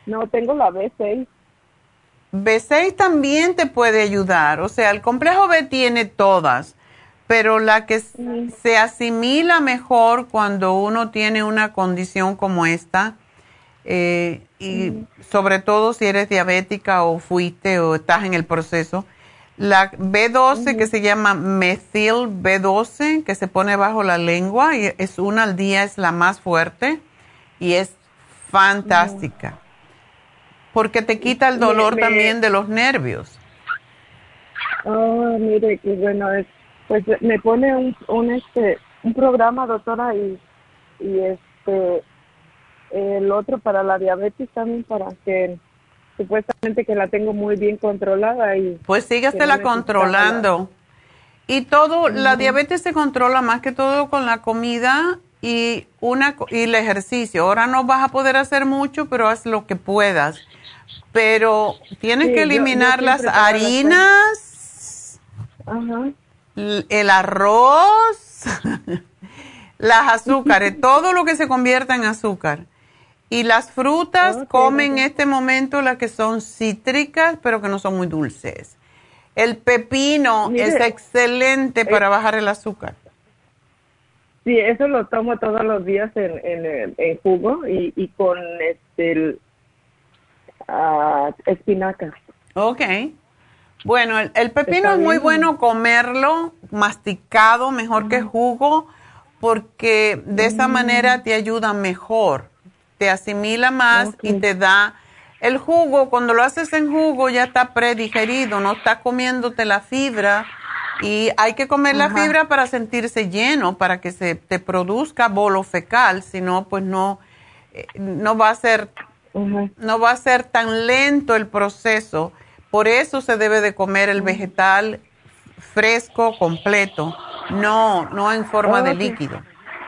No, tengo la B6. B6 también te puede ayudar. O sea, el complejo B tiene todas, pero la que se asimila mejor cuando uno tiene una condición como esta, y sobre todo si eres diabética o fuiste o estás en el proceso, la B12 que se llama metil B12, que se pone bajo la lengua, y es una al día, es la más fuerte y es fantástica. Porque te quita el dolor también de los nervios. Oh, mire, qué bueno es. Pues me pone un programa, doctora, y el otro para la diabetes también, para que supuestamente que la tengo muy bien controlada. Y pues sígasela controlando. Y todo, la diabetes se controla más que todo con la comida y el ejercicio. Ahora no vas a poder hacer mucho, pero haz lo que puedas. Pero tienes que eliminar las harinas, el arroz, las azúcares, todo lo que se convierta en azúcar. Y las frutas, comen en este momento las que son cítricas, pero que no son muy dulces. El pepino es excelente para bajar el azúcar. Sí, eso lo tomo todos los días en jugo y con espinacas. Ok. Bueno, el pepino es muy bueno comerlo masticado, mejor que jugo, porque de esa manera te ayuda mejor, te asimila más y te da... El jugo, cuando lo haces en jugo ya está predigerido, no estás comiéndote la fibra y hay que comer la fibra para sentirse lleno, para que se te produzca bolo fecal, si no, pues no va a ser... No va a ser tan lento el proceso. Por eso se debe de comer el vegetal fresco, completo, no en forma de líquido.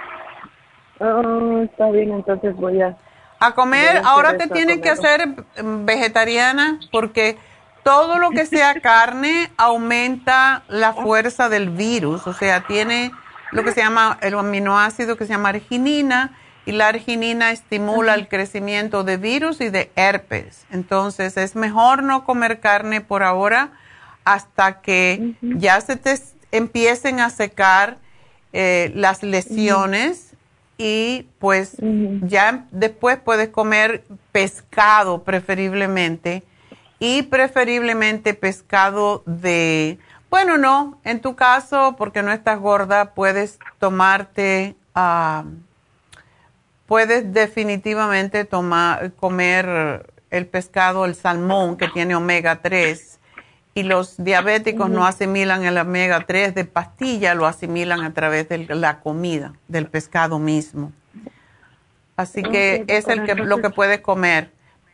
Está bien, entonces voy a comer. Ahora te tienes que hacer vegetariana porque todo lo que sea carne aumenta la fuerza del virus. O sea, tiene lo que se llama el aminoácido que se llama arginina. Y la arginina estimula el crecimiento de virus y de herpes. Entonces, es mejor no comer carne por ahora hasta que ya se te empiecen a secar las lesiones y pues ya después puedes comer pescado preferiblemente y preferiblemente pescado de... Bueno, no, en tu caso, porque no estás gorda, puedes tomarte... Puedes definitivamente comer el pescado, el salmón, que tiene omega 3. Y los diabéticos no asimilan el omega 3 de pastilla, lo asimilan a través de la comida, del pescado mismo. Así que es lo que puedes comer.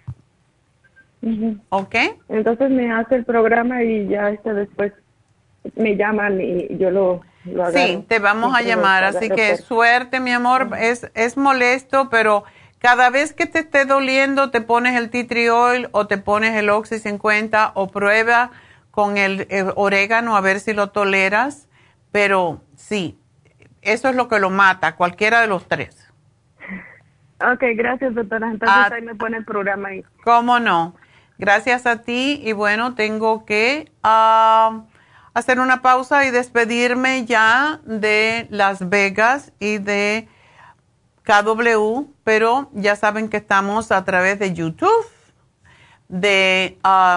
¿Ok? Entonces me hace el programa y ya después me llaman y yo lo agarro. Sí, te vamos a llamar, así que suerte, mi amor. Es molesto, pero cada vez que te esté doliendo, te pones el tea tree oil o te pones el Oxy 50 o prueba con el orégano a ver si lo toleras. Pero sí, eso es lo que lo mata, cualquiera de los tres. Ok, gracias, doctora. Entonces ahí me pone el programa ahí. ¿Cómo no? Gracias a ti y bueno, tengo que... hacer una pausa y despedirme ya de Las Vegas y de KW, pero ya saben que estamos a través de YouTube, de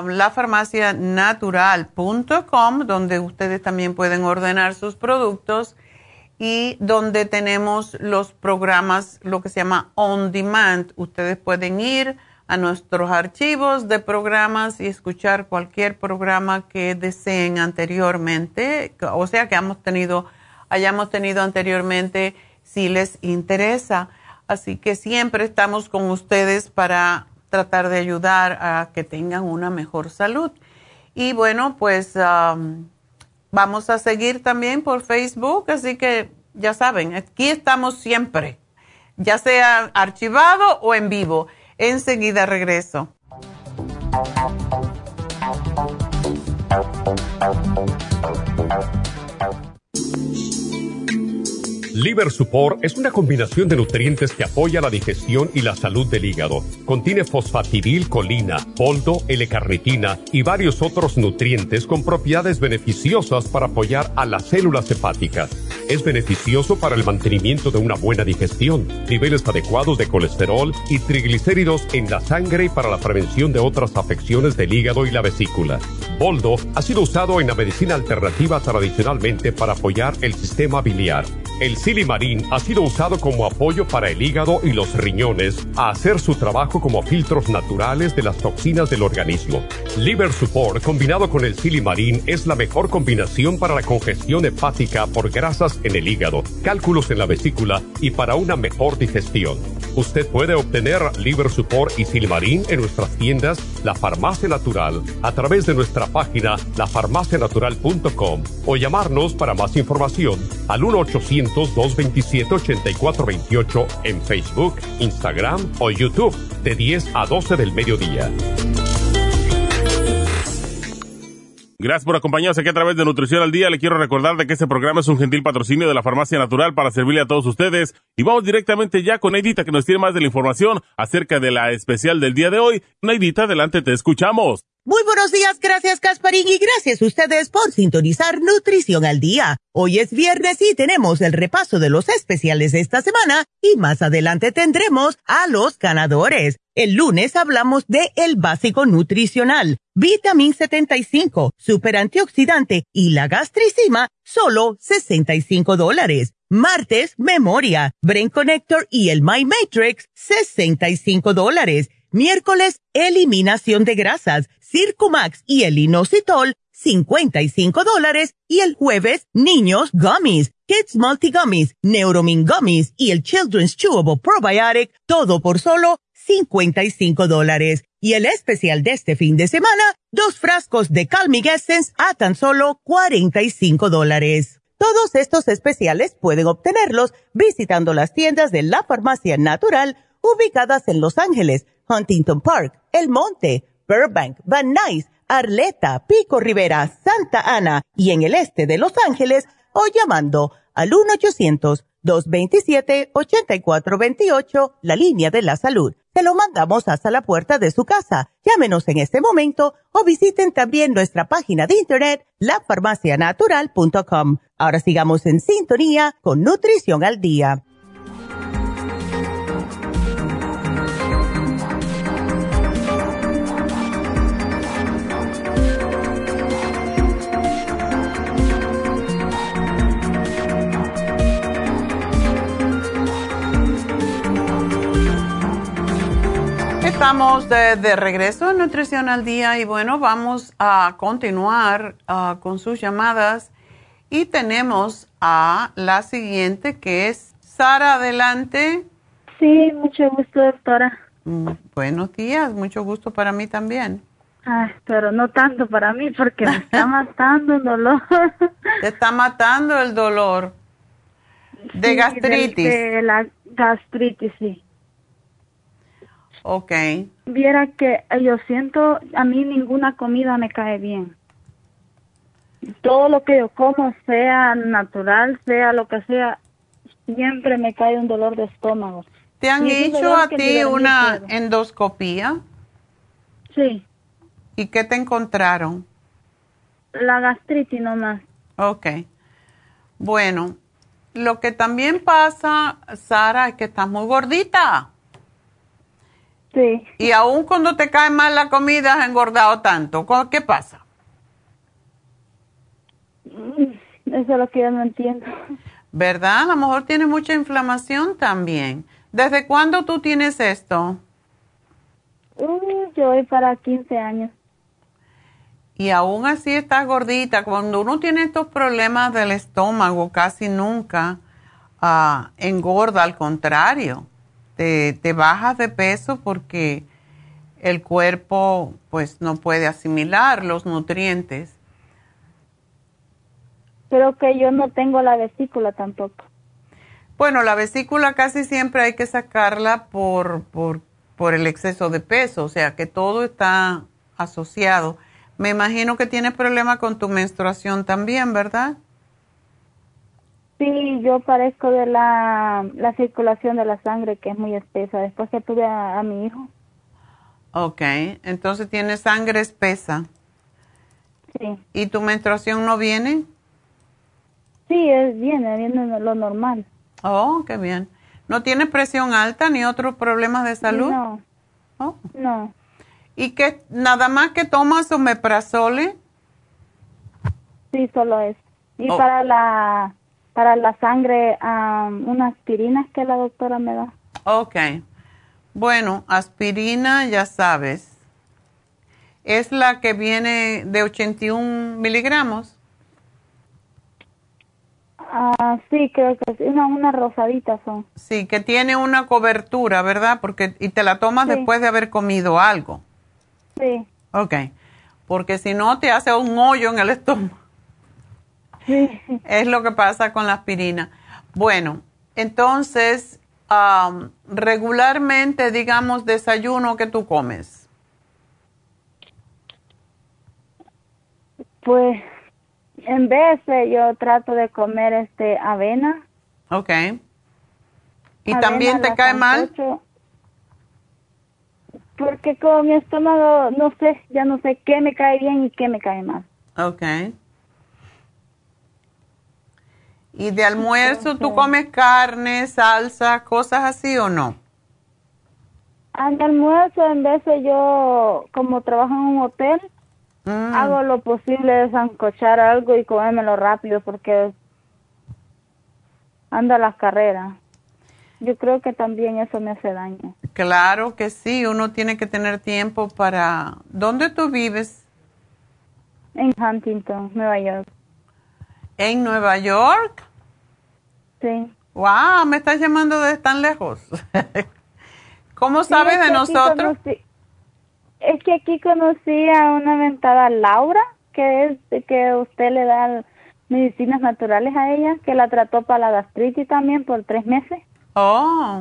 lafarmacianatural.com, donde ustedes también pueden ordenar sus productos y donde tenemos los programas, lo que se llama On Demand. Ustedes pueden ir a nuestros archivos de programas y escuchar cualquier programa que deseen anteriormente, o sea que hayamos tenido anteriormente si les interesa. Así que siempre estamos con ustedes para tratar de ayudar a que tengan una mejor salud. Y bueno, pues vamos a seguir también por Facebook, así que ya saben, aquí estamos siempre, ya sea archivado o en vivo. Enseguida regreso. Liver Support es una combinación de nutrientes que apoya la digestión y la salud del hígado. Contiene fosfatidilcolina, boldo, L-carnitina y varios otros nutrientes con propiedades beneficiosas para apoyar a las células hepáticas. Es beneficioso para el mantenimiento de una buena digestión, niveles adecuados de colesterol y triglicéridos en la sangre y para la prevención de otras afecciones del hígado y la vesícula. Boldo ha sido usado en la medicina alternativa tradicionalmente para apoyar el sistema biliar. El Silimarín ha sido usado como apoyo para el hígado y los riñones a hacer su trabajo como filtros naturales de las toxinas del organismo. Liver Support combinado con el Silimarín es la mejor combinación para la congestión hepática por grasas en el hígado, cálculos en la vesícula y para una mejor digestión. Usted puede obtener Liver Support y Silimarín en nuestras tiendas La Farmacia Natural a través de nuestra página lafarmacianatural.com o llamarnos para más información al 1-800-227-8428 en Facebook, Instagram o YouTube de 10 a 12 del mediodía. Gracias por acompañarnos aquí a través de Nutrición al Día. Le quiero recordar de que este programa es un gentil patrocinio de la Farmacia Natural para servirle a todos ustedes. Y vamos directamente ya con Neidita, que nos tiene más de la información acerca de la especial del día de hoy. Neidita, adelante, te escuchamos. Muy buenos días, gracias Gasparín y gracias a ustedes por sintonizar Nutrición al Día. Hoy es viernes y tenemos el repaso de los especiales de esta semana y más adelante tendremos a los ganadores. El lunes hablamos de el básico nutricional, Vitamin 75, super antioxidante y la gastricima, solo $65. Martes, memoria, Brain Connector y el My Matrix, $65. Miércoles, eliminación de grasas, Circumax y el inositol, $55. Y el jueves, niños gummies, Kids Multi Gummies, Neuromin Gummies y el Children's Chewable Probiotic, todo por solo $55. Y el especial de este fin de semana, 2 frascos de Calming Essence a tan solo $45. Todos estos especiales pueden obtenerlos visitando las tiendas de la Farmacia Natural ubicadas en Los Ángeles, Huntington Park, El Monte, Burbank, Van Nuys, Arleta, Pico Rivera, Santa Ana y en el este de Los Ángeles o llamando al 1-800-227-8428, la línea de la salud. Se lo mandamos hasta la puerta de su casa. Llámenos en este momento o visiten también nuestra página de internet, lafarmacianatural.com. Ahora sigamos en sintonía con Nutrición al Día. Estamos de regreso en Nutrición al Día y bueno, vamos a continuar con sus llamadas y tenemos a la siguiente que es Sara, adelante. Sí, mucho gusto, doctora. Buenos días, mucho gusto para mí también. Pero no tanto para mí porque me está matando el dolor. Te está matando el dolor de gastritis. De la gastritis, sí. Okay. Viera que yo siento, a mí ninguna comida me cae bien. Todo lo que yo como, sea natural, sea lo que sea, siempre me cae un dolor de estómago. ¿Te han hecho a ti una endoscopía? Sí. ¿Y qué te encontraron? La gastritis nomás. Okay. Bueno, lo que también pasa, Sara, es que estás muy gordita. Sí. Y aún cuando te cae mal la comida, has engordado tanto. ¿Qué pasa? Eso es lo que yo no entiendo. ¿Verdad? A lo mejor tienes mucha inflamación también. ¿Desde cuándo tú tienes esto? Yo voy para 15 años. Y aún así estás gordita. Cuando uno tiene estos problemas del estómago, casi nunca engorda, al contrario. Te bajas de peso porque el cuerpo pues no puede asimilar los nutrientes. Pero que yo no tengo la vesícula tampoco. Bueno, la vesícula casi siempre hay que sacarla por el exceso de peso, o sea que todo está asociado. Me imagino que tienes problemas con tu menstruación también, ¿verdad? Sí, yo padezco de la circulación de la sangre, que es muy espesa, después que tuve a mi hijo. Ok, entonces tienes sangre espesa. Sí. ¿Y tu menstruación no viene? Sí, viene lo normal. Oh, qué bien. ¿No tienes presión alta ni otros problemas de salud? No. Oh. No. ¿Y que nada más que tomas omeprazole? Sí, solo eso. Y para la sangre, unas aspirinas que la doctora me da. Ok. Bueno, aspirina, ya sabes. ¿Es la que viene de 81 miligramos? Sí, creo que sí. Una rosadita son. Sí, que tiene una cobertura, ¿verdad? Y te la tomas después de haber comido algo. Sí. Ok. Porque si no, te hace un hoyo en el estómago. Sí. Es lo que pasa con la aspirina. Bueno, entonces, regularmente, digamos, desayuno que tú comes. Pues, en vez yo trato de comer avena. Ok. ¿Y avena, también te cae mal? Porque con mi estómago, no sé, ya no sé qué me cae bien y qué me cae mal. Ok. ¿Y de almuerzo tú comes carne, salsa, cosas así o no? Al almuerzo, en vez de yo, como trabajo en un hotel, hago lo posible de sancochar algo y comérmelo rápido porque ando a las carreras. Yo creo que también eso me hace daño. Claro que sí, uno tiene que tener tiempo para... ¿Dónde tú vives? En Huntington, Nueva York. ¿En Nueva York? Sí. ¡Wow! Me estás llamando desde tan lejos. ¿Cómo sabes de nosotros? Es que aquí conocí a una mentada Laura, que usted le da medicinas naturales a ella, que la trató para la gastritis también por 3 meses. Oh.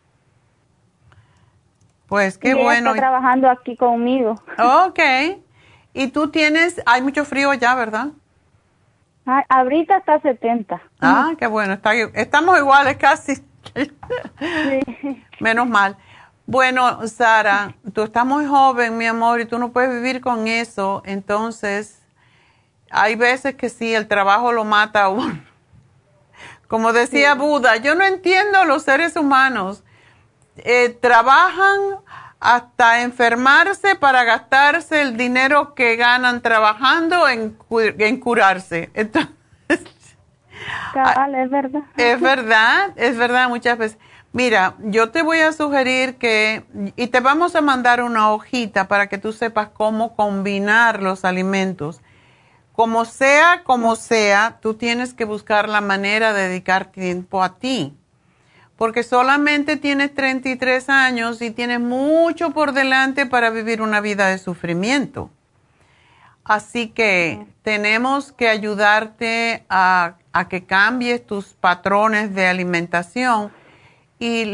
Pues qué bueno. Ella está trabajando aquí conmigo. Ok. Y tú hay mucho frío ya, ¿verdad? Ahorita está 70. Ah, qué bueno. Estamos iguales casi. Sí. Menos mal. Bueno, Sara, tú estás muy joven, mi amor, y tú no puedes vivir con eso. Entonces, hay veces que sí, el trabajo lo mata a uno. Como decía Buda, yo no entiendo a los seres humanos. Trabajan hasta enfermarse para gastarse el dinero que ganan trabajando en curarse. Entonces, cabal, es verdad. Es verdad muchas veces. Mira, yo te voy a sugerir y te vamos a mandar una hojita para que tú sepas cómo combinar los alimentos. Como sea, tú tienes que buscar la manera de dedicar tiempo a ti. Porque solamente tienes 33 años y tienes mucho por delante para vivir una vida de sufrimiento. Así que tenemos que ayudarte a que cambies tus patrones de alimentación y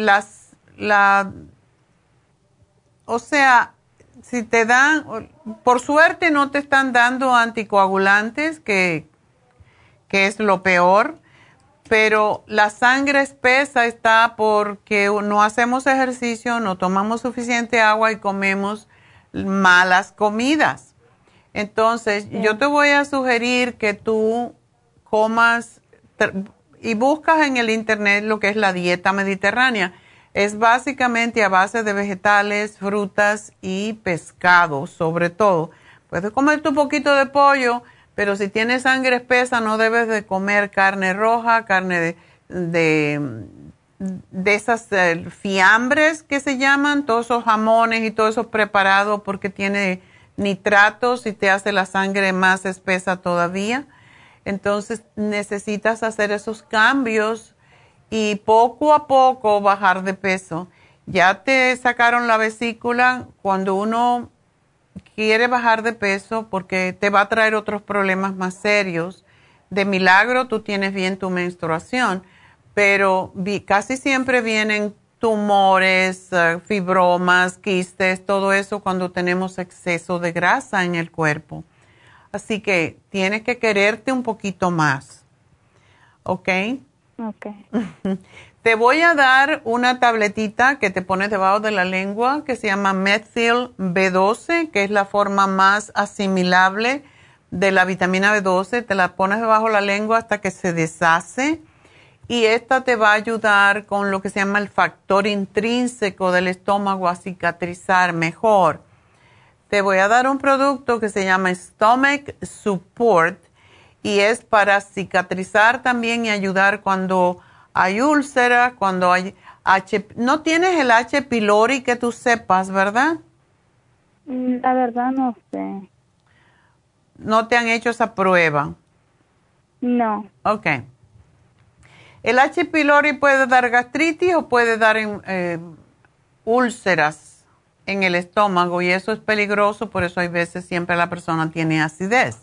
o sea, si te dan, por suerte no te están dando anticoagulantes, que es lo peor. Pero la sangre espesa está porque no hacemos ejercicio, no tomamos suficiente agua y comemos malas comidas. Entonces, yo te voy a sugerir que tú comas y buscas en el internet lo que es la dieta mediterránea. Es básicamente a base de vegetales, frutas y pescado, sobre todo. Puedes comerte un poquito de pollo, pero si tienes sangre espesa no debes de comer carne roja, carne de esas fiambres que se llaman, todos esos jamones y todo eso preparado porque tiene nitratos y te hace la sangre más espesa todavía. Entonces necesitas hacer esos cambios y poco a poco bajar de peso. Ya te sacaron la vesícula. Cuando uno quiere bajar de peso porque te va a traer otros problemas más serios. De milagro tú tienes bien tu menstruación, pero casi siempre vienen tumores, fibromas, quistes, todo eso cuando tenemos exceso de grasa en el cuerpo. Así que tienes que quererte un poquito más. ¿ok? Ok. Te voy a dar una tabletita que te pones debajo de la lengua que se llama Methyl B12, que es la forma más asimilable de la vitamina B12. Te la pones debajo de la lengua hasta que se deshace y esta te va a ayudar con lo que se llama el factor intrínseco del estómago a cicatrizar mejor. Te voy a dar un producto que se llama Stomach Support y es para cicatrizar también y ayudar cuando hay úlcera, cuando hay no tienes el H. pylori que tú sepas, ¿verdad? La verdad no sé. No te han hecho esa prueba. No. Ok. El H. pylori puede dar gastritis o puede dar úlceras en el estómago y eso es peligroso, por eso hay veces siempre la persona tiene acidez.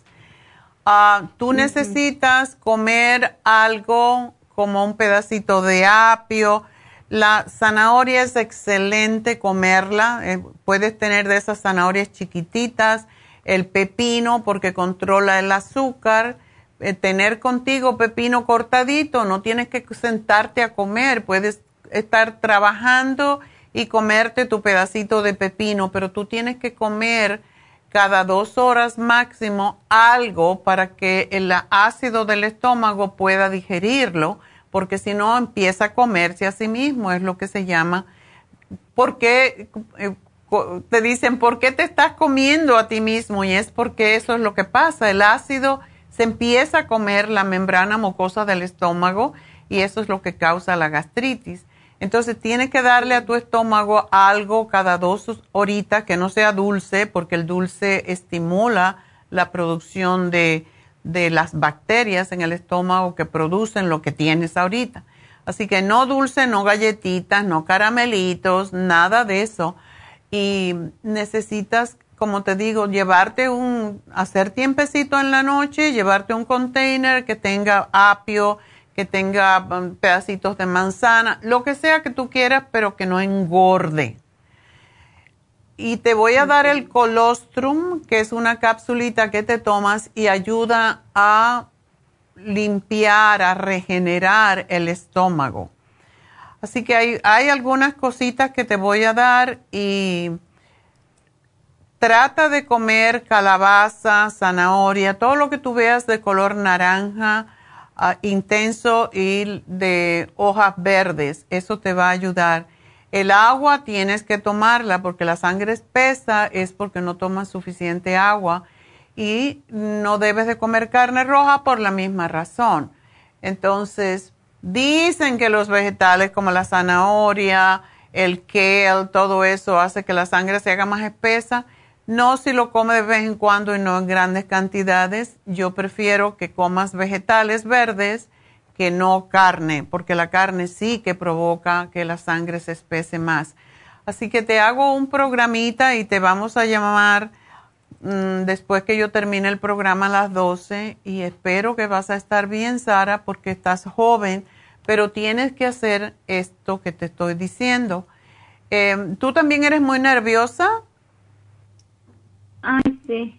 Tú necesitas comer algo como un pedacito de apio. La zanahoria es excelente comerla. Puedes tener de esas zanahorias chiquititas. El pepino porque controla el azúcar. Tener contigo pepino cortadito. No tienes que sentarte a comer. Puedes estar trabajando y comerte tu pedacito de pepino, pero tú tienes que comer cada 2 horas máximo algo para que el ácido del estómago pueda digerirlo, porque si no empieza a comerse a sí mismo, es lo que se llama. Porque te dicen, ¿por qué te estás comiendo a ti mismo? Y es porque eso es lo que pasa, el ácido se empieza a comer la membrana mucosa del estómago y eso es lo que causa la gastritis. Entonces tienes que darle a tu estómago algo cada 2 horitas que no sea dulce, porque el dulce estimula la producción de las bacterias en el estómago que producen lo que tienes ahorita. Así que no dulce, no galletitas, no caramelitos, nada de eso. Y necesitas, como te digo, hacer tiempecito en la noche, llevarte un container que tenga apio, que tenga pedacitos de manzana, lo que sea que tú quieras, pero que no engorde. Y te voy a dar el colostrum, que es una capsulita que te tomas y ayuda a limpiar, a regenerar el estómago. Así que hay algunas cositas que te voy a dar y trata de comer calabaza, zanahoria, todo lo que tú veas de color naranja, intenso y de hojas verdes, eso te va a ayudar. El agua tienes que tomarla porque la sangre espesa es porque no tomas suficiente agua y no debes de comer carne roja por la misma razón. Entonces, dicen que los vegetales como la zanahoria, el kale, todo eso hace que la sangre se haga más espesa. No si lo comes de vez en cuando y no en grandes cantidades. Yo prefiero que comas vegetales verdes que no carne, porque la carne sí que provoca que la sangre se espese más. Así que te hago un programita y te vamos a llamar después que yo termine el programa a las 12 y espero que vas a estar bien, Sara, porque estás joven, pero tienes que hacer esto que te estoy diciendo. ¿Tú también eres muy nerviosa? Ay, sí.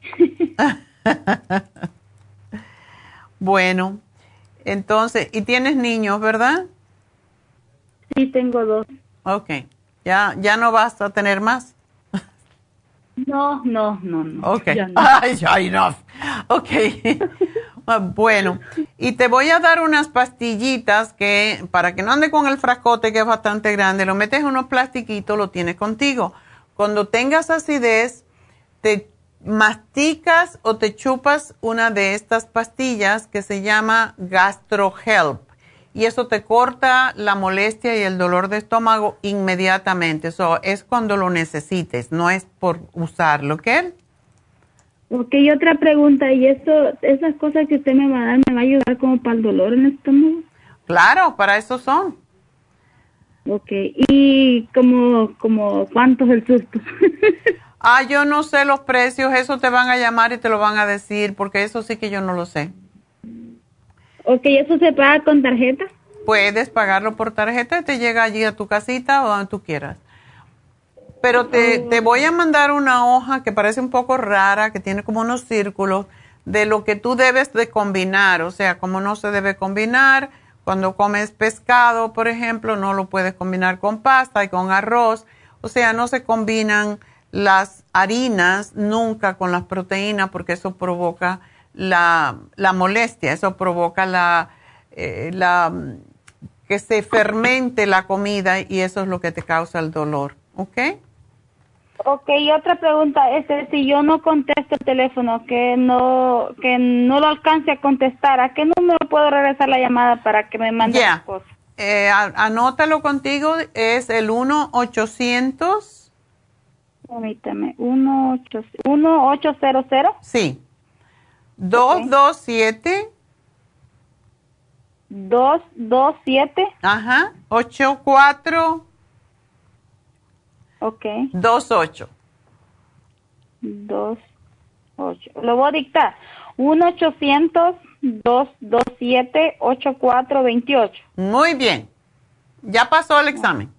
Bueno, entonces, y tienes niños, ¿verdad? Sí, tengo 2. Ok, ¿ya no vas a tener más? No. Ok, Ya no. ay, ya enough. Ok, bueno, y te voy a dar unas pastillitas que, para que no ande con el frascote que es bastante grande, lo metes en unos plastiquitos, lo tienes contigo. Cuando tengas acidez, te masticas o te chupas una de estas pastillas que se llama GastroHelp y eso te corta la molestia y el dolor de estómago inmediatamente. Eso es cuando lo necesites, no es por usarlo, ¿ok? Ok, otra pregunta, ¿y esas cosas que usted me va a dar me va a ayudar como para el dolor en el estómago? Claro, para eso son. Ok, ¿y como cuánto es el susto? Yo no sé los precios, eso te van a llamar y te lo van a decir, porque eso sí que yo no lo sé. Ok, ¿eso se paga con tarjeta? Puedes pagarlo por tarjeta y te llega allí a tu casita o donde tú quieras. Pero te voy a mandar una hoja que parece un poco rara, que tiene como unos círculos, de lo que tú debes de combinar, o sea, cómo no se debe combinar, Cuando comes pescado, por ejemplo, no lo puedes combinar con pasta y con arroz. O sea, no se combinan las harinas nunca con las proteínas porque eso provoca la molestia, eso provoca que se fermente la comida y eso es lo que te causa el dolor, ¿ok? Ok, y otra pregunta, si yo no contesto el teléfono, que no lo alcance a contestar, ¿a qué número puedo regresar la llamada para que me mande las cosas? Anótalo contigo, es el 1-800. Permítame, 1-800. Sí. 227. 227. Ajá. 84. Ok. 28. 28. Lo voy a dictar. 1-800-227-8428. Muy bien. Ya pasó el examen.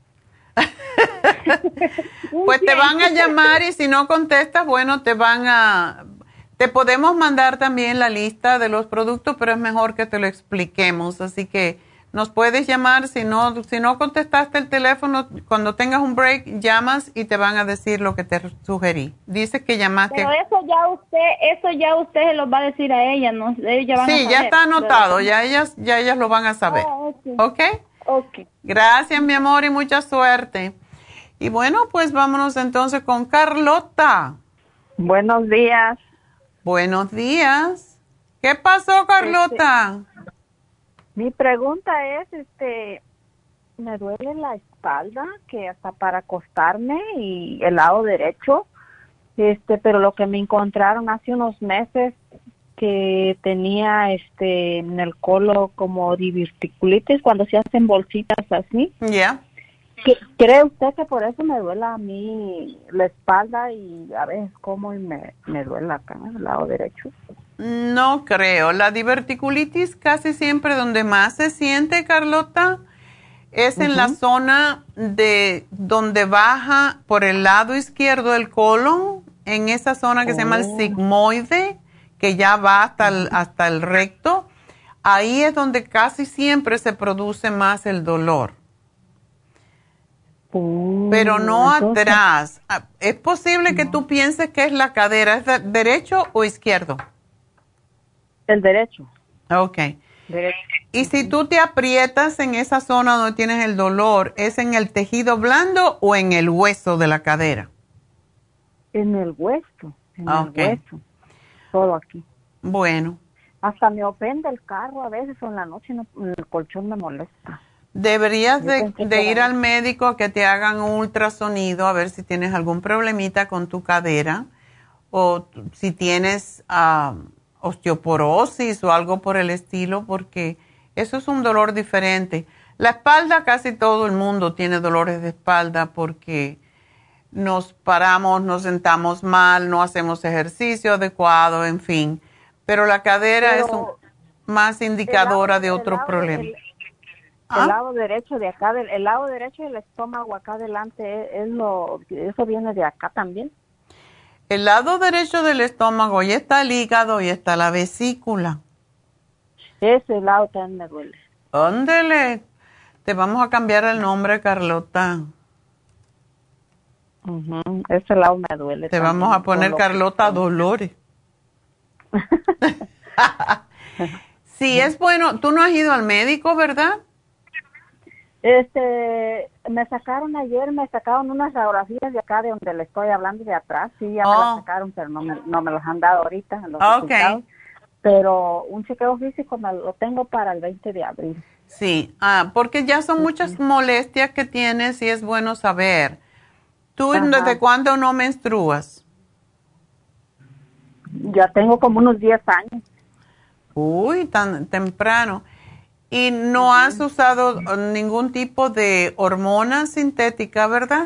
Pues te van a llamar y si no contestas, bueno, te podemos mandar también la lista de los productos, pero es mejor que te lo expliquemos. Así que nos puedes llamar, si no contestaste el teléfono, cuando tengas un break, llamas y te van a decir lo que te sugerí. Dice que llamaste. Pero eso ya usted se lo va a decir a ella, ¿no? Ella van a saber, ya está anotado, ya ellas lo van a saber. ¿Ok? Ok. Gracias, mi amor, y mucha suerte. Y bueno, pues vámonos entonces con Carlota. Buenos días. Buenos días. ¿Qué pasó, Carlota? Mi pregunta es, me duele la espalda, que hasta para acostarme y el lado derecho, pero lo que me encontraron hace unos meses que tenía en el colon como diverticulitis cuando se hacen bolsitas así. Ya. ¿Cree usted que por eso me duele a mí la espalda y a veces como me duele acá, el lado derecho? No creo. La diverticulitis casi siempre donde más se siente, Carlota, es en la zona de donde baja por el lado izquierdo del colon, en esa zona que se llama el sigmoide, que ya va hasta el recto. Ahí es donde casi siempre se produce más el dolor. Pero no atrás. Es posible que tú pienses que es la cadera. ¿Es derecho o izquierdo? El derecho. Ok. Derecho. Y si tú te aprietas en esa zona donde tienes el dolor, ¿es en el tejido blando o en el hueso de la cadera? En el hueso. El hueso. Todo aquí. Bueno. Hasta me ofende el carro a veces o en la noche el colchón me molesta. Deberías de ir al médico a que te hagan un ultrasonido a ver si tienes algún problemita con tu cadera o si tienes osteoporosis o algo por el estilo, porque eso es un dolor diferente. La espalda, casi todo el mundo tiene dolores de espalda porque nos paramos, nos sentamos mal, no hacemos ejercicio adecuado, en fin. Pero la cadera es más indicadora de otros problemas. El lado derecho de acá, el lado derecho del estómago acá adelante, eso viene de acá también. El lado derecho del estómago, ya está el hígado y está la vesícula. Ese lado también me duele. Ándele, te vamos a cambiar el nombre, Carlota. Ese lado me duele. Te vamos a poner Carlota Dolores. Sí, es bueno. Tú no has ido al médico, ¿verdad? Me sacaron unas radiografías de acá de donde le estoy hablando de atrás. Sí, ya me las sacaron, pero no me los han dado ahorita. Los resultados. Pero un chequeo físico lo tengo para el 20 de abril. Sí, porque ya son muchas molestias que tienes y es bueno saber. ¿Tú desde cuándo no menstruas? Ya tengo como unos 10 años. Uy, tan temprano. ¿Y no has usado ningún tipo de hormona sintética, verdad?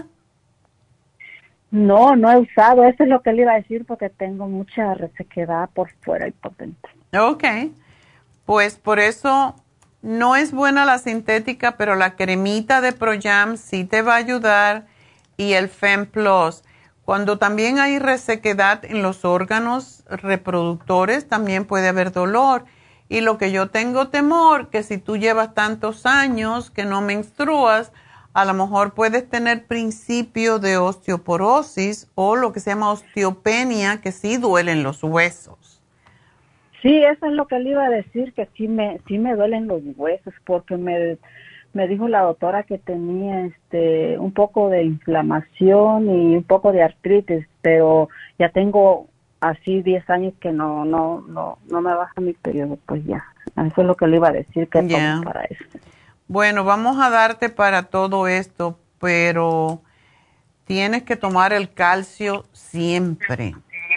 No he usado. Eso es lo que le iba a decir porque tengo mucha resequedad por fuera y por dentro. Ok. Pues por eso no es buena la sintética, pero la cremita de ProYam sí te va a ayudar y el FemPlus. Cuando también hay resequedad en los órganos reproductores, también puede haber dolor. Y lo que yo tengo temor, que si tú llevas tantos años que no menstruas, a lo mejor puedes tener principio de osteoporosis o lo que se llama osteopenia, que sí duelen los huesos. Sí, eso es lo que le iba a decir, que sí me duelen los huesos, porque me dijo la doctora que tenía un poco de inflamación y un poco de artritis, pero ya tengo así 10 años que no me baja mi periodo, pues ya. Eso es lo que le iba a decir, que tomo para eso. Bueno, vamos a darte para todo esto, pero tienes que tomar el calcio siempre.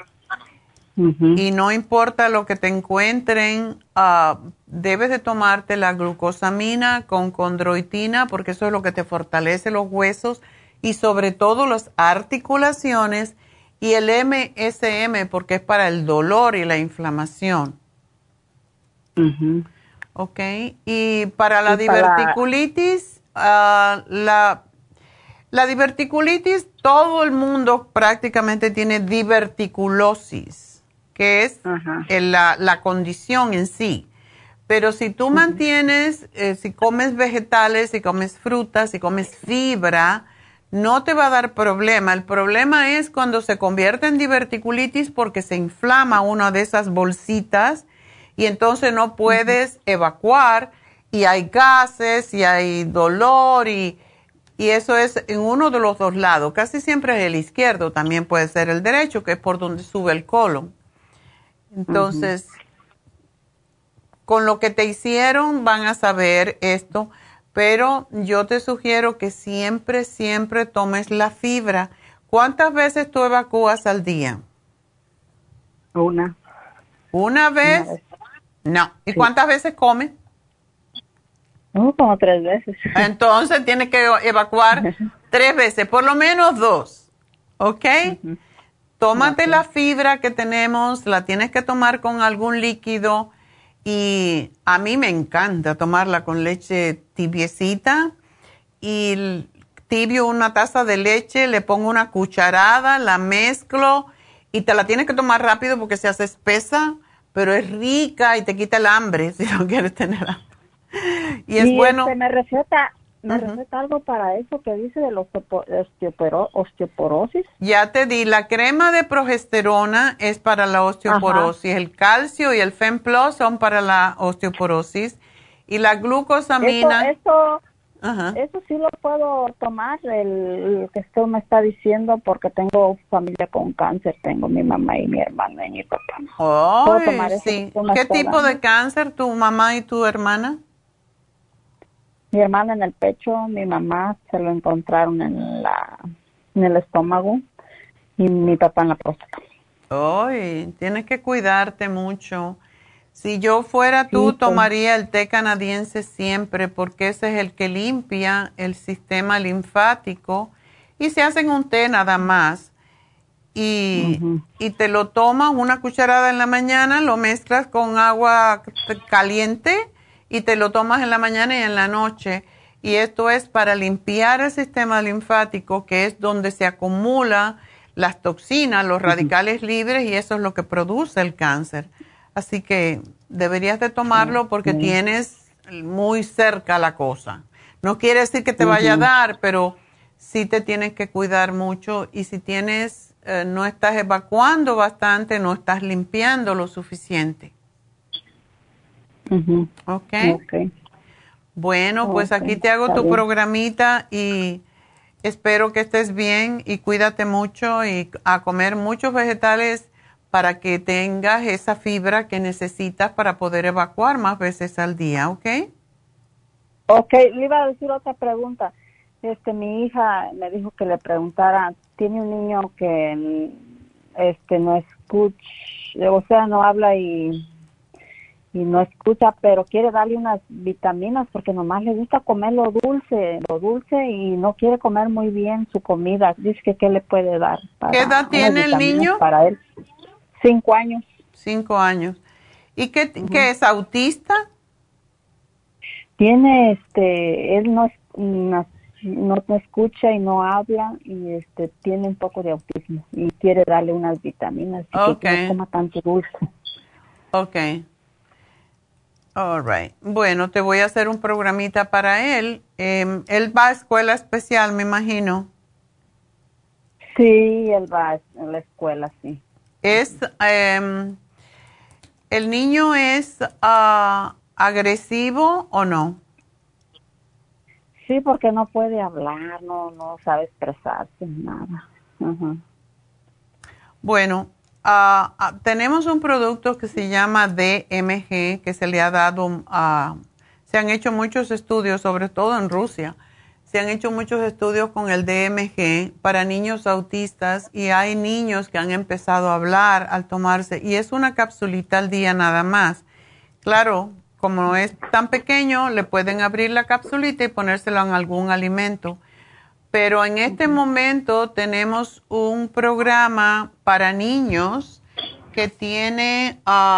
Y no importa lo que te encuentren, debes de tomarte la glucosamina con condroitina, porque eso es lo que te fortalece los huesos y sobre todo las articulaciones, y el MSM porque es para el dolor y la inflamación. Ok, y para la diverticulitis, la diverticulitis, todo el mundo prácticamente tiene diverticulosis, que es la condición en sí. Pero si tú mantienes, si comes vegetales, si comes frutas, si comes fibra, no te va a dar problema. El problema es cuando se convierte en diverticulitis porque se inflama una de esas bolsitas y entonces no puedes evacuar y hay gases y hay dolor y eso es en uno de los dos lados. Casi siempre es el izquierdo, también puede ser el derecho, que es por donde sube el colon. Entonces, con lo que te hicieron van a saber esto, pero yo te sugiero que siempre, siempre tomes la fibra. ¿Cuántas veces tú evacúas al día? Una. ¿Una vez? No. ¿Y cuántas veces comes? Como 3 veces. Entonces tienes que evacuar 3 veces, por lo menos 2. ¿Ok? Tómate la fibra que tenemos, la tienes que tomar con algún líquido y a mí me encanta tomarla con leche tibiecita y tibio una taza de leche, le pongo una cucharada, la mezclo y te la tienes que tomar rápido porque se hace espesa, pero es rica y te quita el hambre si no quieres tener hambre. Y es bueno. Me receta algo para eso que dice de la osteoporosis. Ya te di, la crema de progesterona es para la osteoporosis, el calcio y el Fem Plus son para la osteoporosis y la glucosamina. Eso sí lo puedo tomar, el que usted me está diciendo, porque tengo familia con cáncer, tengo mi mamá y mi hermana y mi papá. ¿Puedo tomar eso? Sí. ¿Qué tipo de cáncer tu mamá y tu hermana? Mi hermana en el pecho, mi mamá se lo encontraron en el estómago y mi papá en la próstata. Tienes que cuidarte mucho. Si yo fuera tú, tomaría el té canadiense siempre porque ese es el que limpia el sistema linfático y se hacen un té nada más y te lo tomas una cucharada en la mañana, lo mezclas con agua caliente y te lo tomas en la mañana y en la noche. Y esto es para limpiar el sistema linfático, que es donde se acumulan las toxinas, los radicales libres, y eso es lo que produce el cáncer. Así que deberías de tomarlo porque tienes muy cerca la cosa. No quiere decir que te vaya a dar, pero sí te tienes que cuidar mucho. Y si tienes, no estás evacuando bastante, no estás limpiando lo suficiente. Okay. Bueno, pues aquí te hago tu programita y espero que estés bien y cuídate mucho y a comer muchos vegetales para que tengas esa fibra que necesitas para poder evacuar más veces al día, ¿ok? Ok, le iba a decir otra pregunta. Mi hija me dijo que le preguntara, tiene un niño que no escucha, o sea, no habla y no escucha, pero quiere darle unas vitaminas porque nomás le gusta comer lo dulce y no quiere comer muy bien su comida. Dice que qué le puede dar. ¿Qué edad tiene el niño? Para él, 5 años. 5 años. ¿Y qué es, autista? Tiene, él no escucha y no habla y tiene un poco de autismo y quiere darle unas vitaminas y que no coma tanto dulce. Okay. All right. Bueno, te voy a hacer un programita para él. Él va a escuela especial, me imagino. Sí, él va a la escuela, sí. ¿El niño es agresivo o no? Sí, porque no puede hablar, no sabe expresarse, nada. Uh-huh. Bueno, tenemos un producto que se llama DMG, que se le ha dado, se han hecho muchos estudios, sobre todo en Rusia, se han hecho muchos estudios con el DMG para niños autistas y hay niños que han empezado a hablar al tomarse, y es una capsulita al día nada más. Claro, como es tan pequeño, le pueden abrir la capsulita y ponérselo en algún alimento. Pero en este momento tenemos un programa para niños que tiene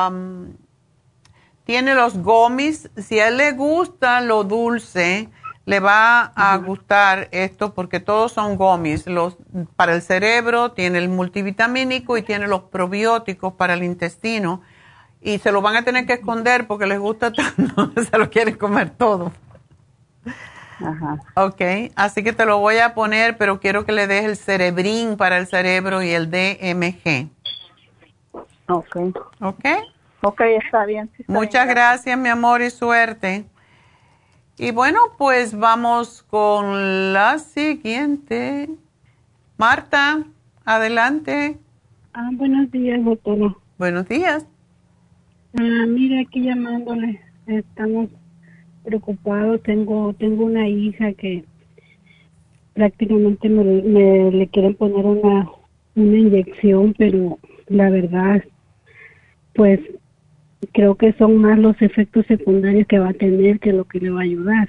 los gummies. Si a él le gusta lo dulce, le va a gustar esto porque todos son gummies. Para el cerebro tiene el multivitamínico y tiene los probióticos para el intestino. Y se lo van a tener que esconder porque les gusta tanto, se lo quieren comer todo. Ajá. Ok, así que te lo voy a poner, pero quiero que le des el Cerebrin para el cerebro y el DMG. Ok. Ok. Ok, está bien. Sí, está Muchas bien, gracias, mi amor, y suerte. Y bueno, pues vamos con la siguiente. Marta, adelante. Buenos días, doctora. Buenos días. Mira, aquí llamándole, estamos preocupados. Tengo una hija que prácticamente le quieren poner una inyección, pero la verdad, pues creo que son más los efectos secundarios que va a tener que lo que le va a ayudar.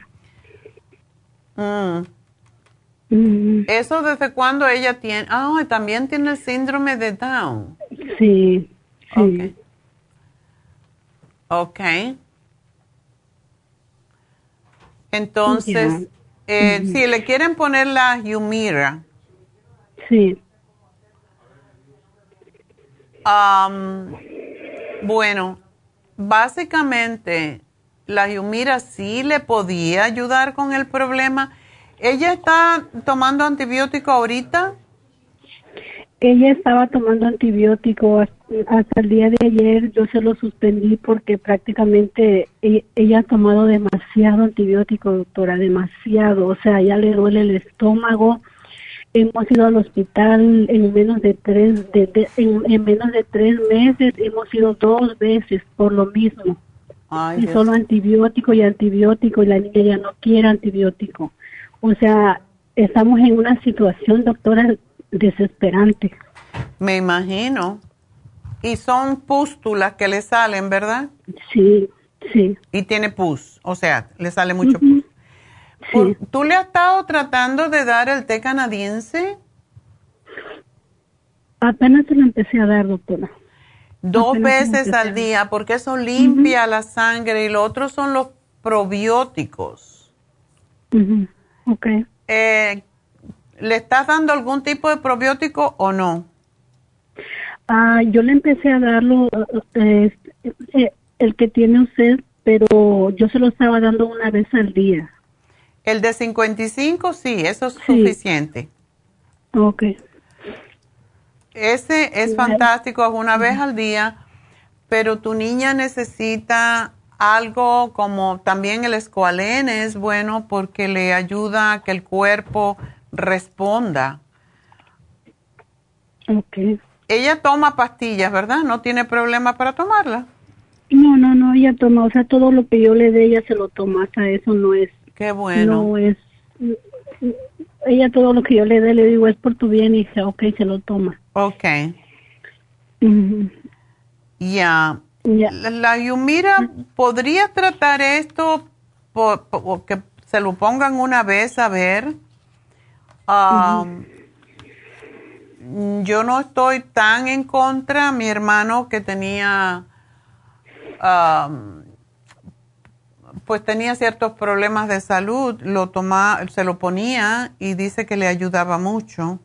¿Eso desde cuándo ella tiene? También tiene el síndrome de Down. Sí, sí. Okay. Entonces, si le quieren poner la Humira. Sí. Bueno, básicamente la Humira sí le podía ayudar con el problema. ¿Ella está tomando antibiótico ahorita? Ella estaba tomando antibiótico hasta el día de ayer. Yo se lo suspendí porque prácticamente ella ha tomado demasiado antibiótico, doctora, demasiado. O sea, ya le duele el estómago. Hemos ido al hospital en menos de en menos de 3 meses. Hemos ido 2 veces por lo mismo. Ay, y Dios. Solo antibiótico y la niña ya no quiere antibiótico. O sea, estamos en una situación, doctora, desesperante. Me imagino. Y son pústulas que le salen, ¿verdad? Sí, sí. Y tiene pus, o sea, le sale mucho pus. Sí. ¿Tú le has estado tratando de dar el té canadiense? Apenas se lo empecé a dar, doctora. 2 veces al día, porque eso limpia la sangre y lo otro son los probióticos. Okay. ¿Le estás dando algún tipo de probiótico o no? Yo le empecé a darlo, el que tiene usted, pero yo se lo estaba dando 1 vez al día. El de 55, sí, eso es suficiente. Okay. Ese es fantástico, es 1 vez al día, pero tu niña necesita algo como también el escualene es bueno porque le ayuda a que el cuerpo responda. Okay. Ella toma pastillas, ¿verdad? ¿No tiene problema para tomarla? No, ella toma, o sea, todo lo que yo le dé, ella se lo toma, hasta eso no es. Qué bueno. No es, ella todo lo que yo le dé, le digo, es por tu bien, y dice, okay, se lo toma. Okay. Ya. La Humira, ¿podría tratar esto que se lo pongan 1 vez a ver? Yo no estoy tan en contra. Mi hermano que tenía, pues tenía ciertos problemas de salud, se lo ponía y dice que le ayudaba mucho.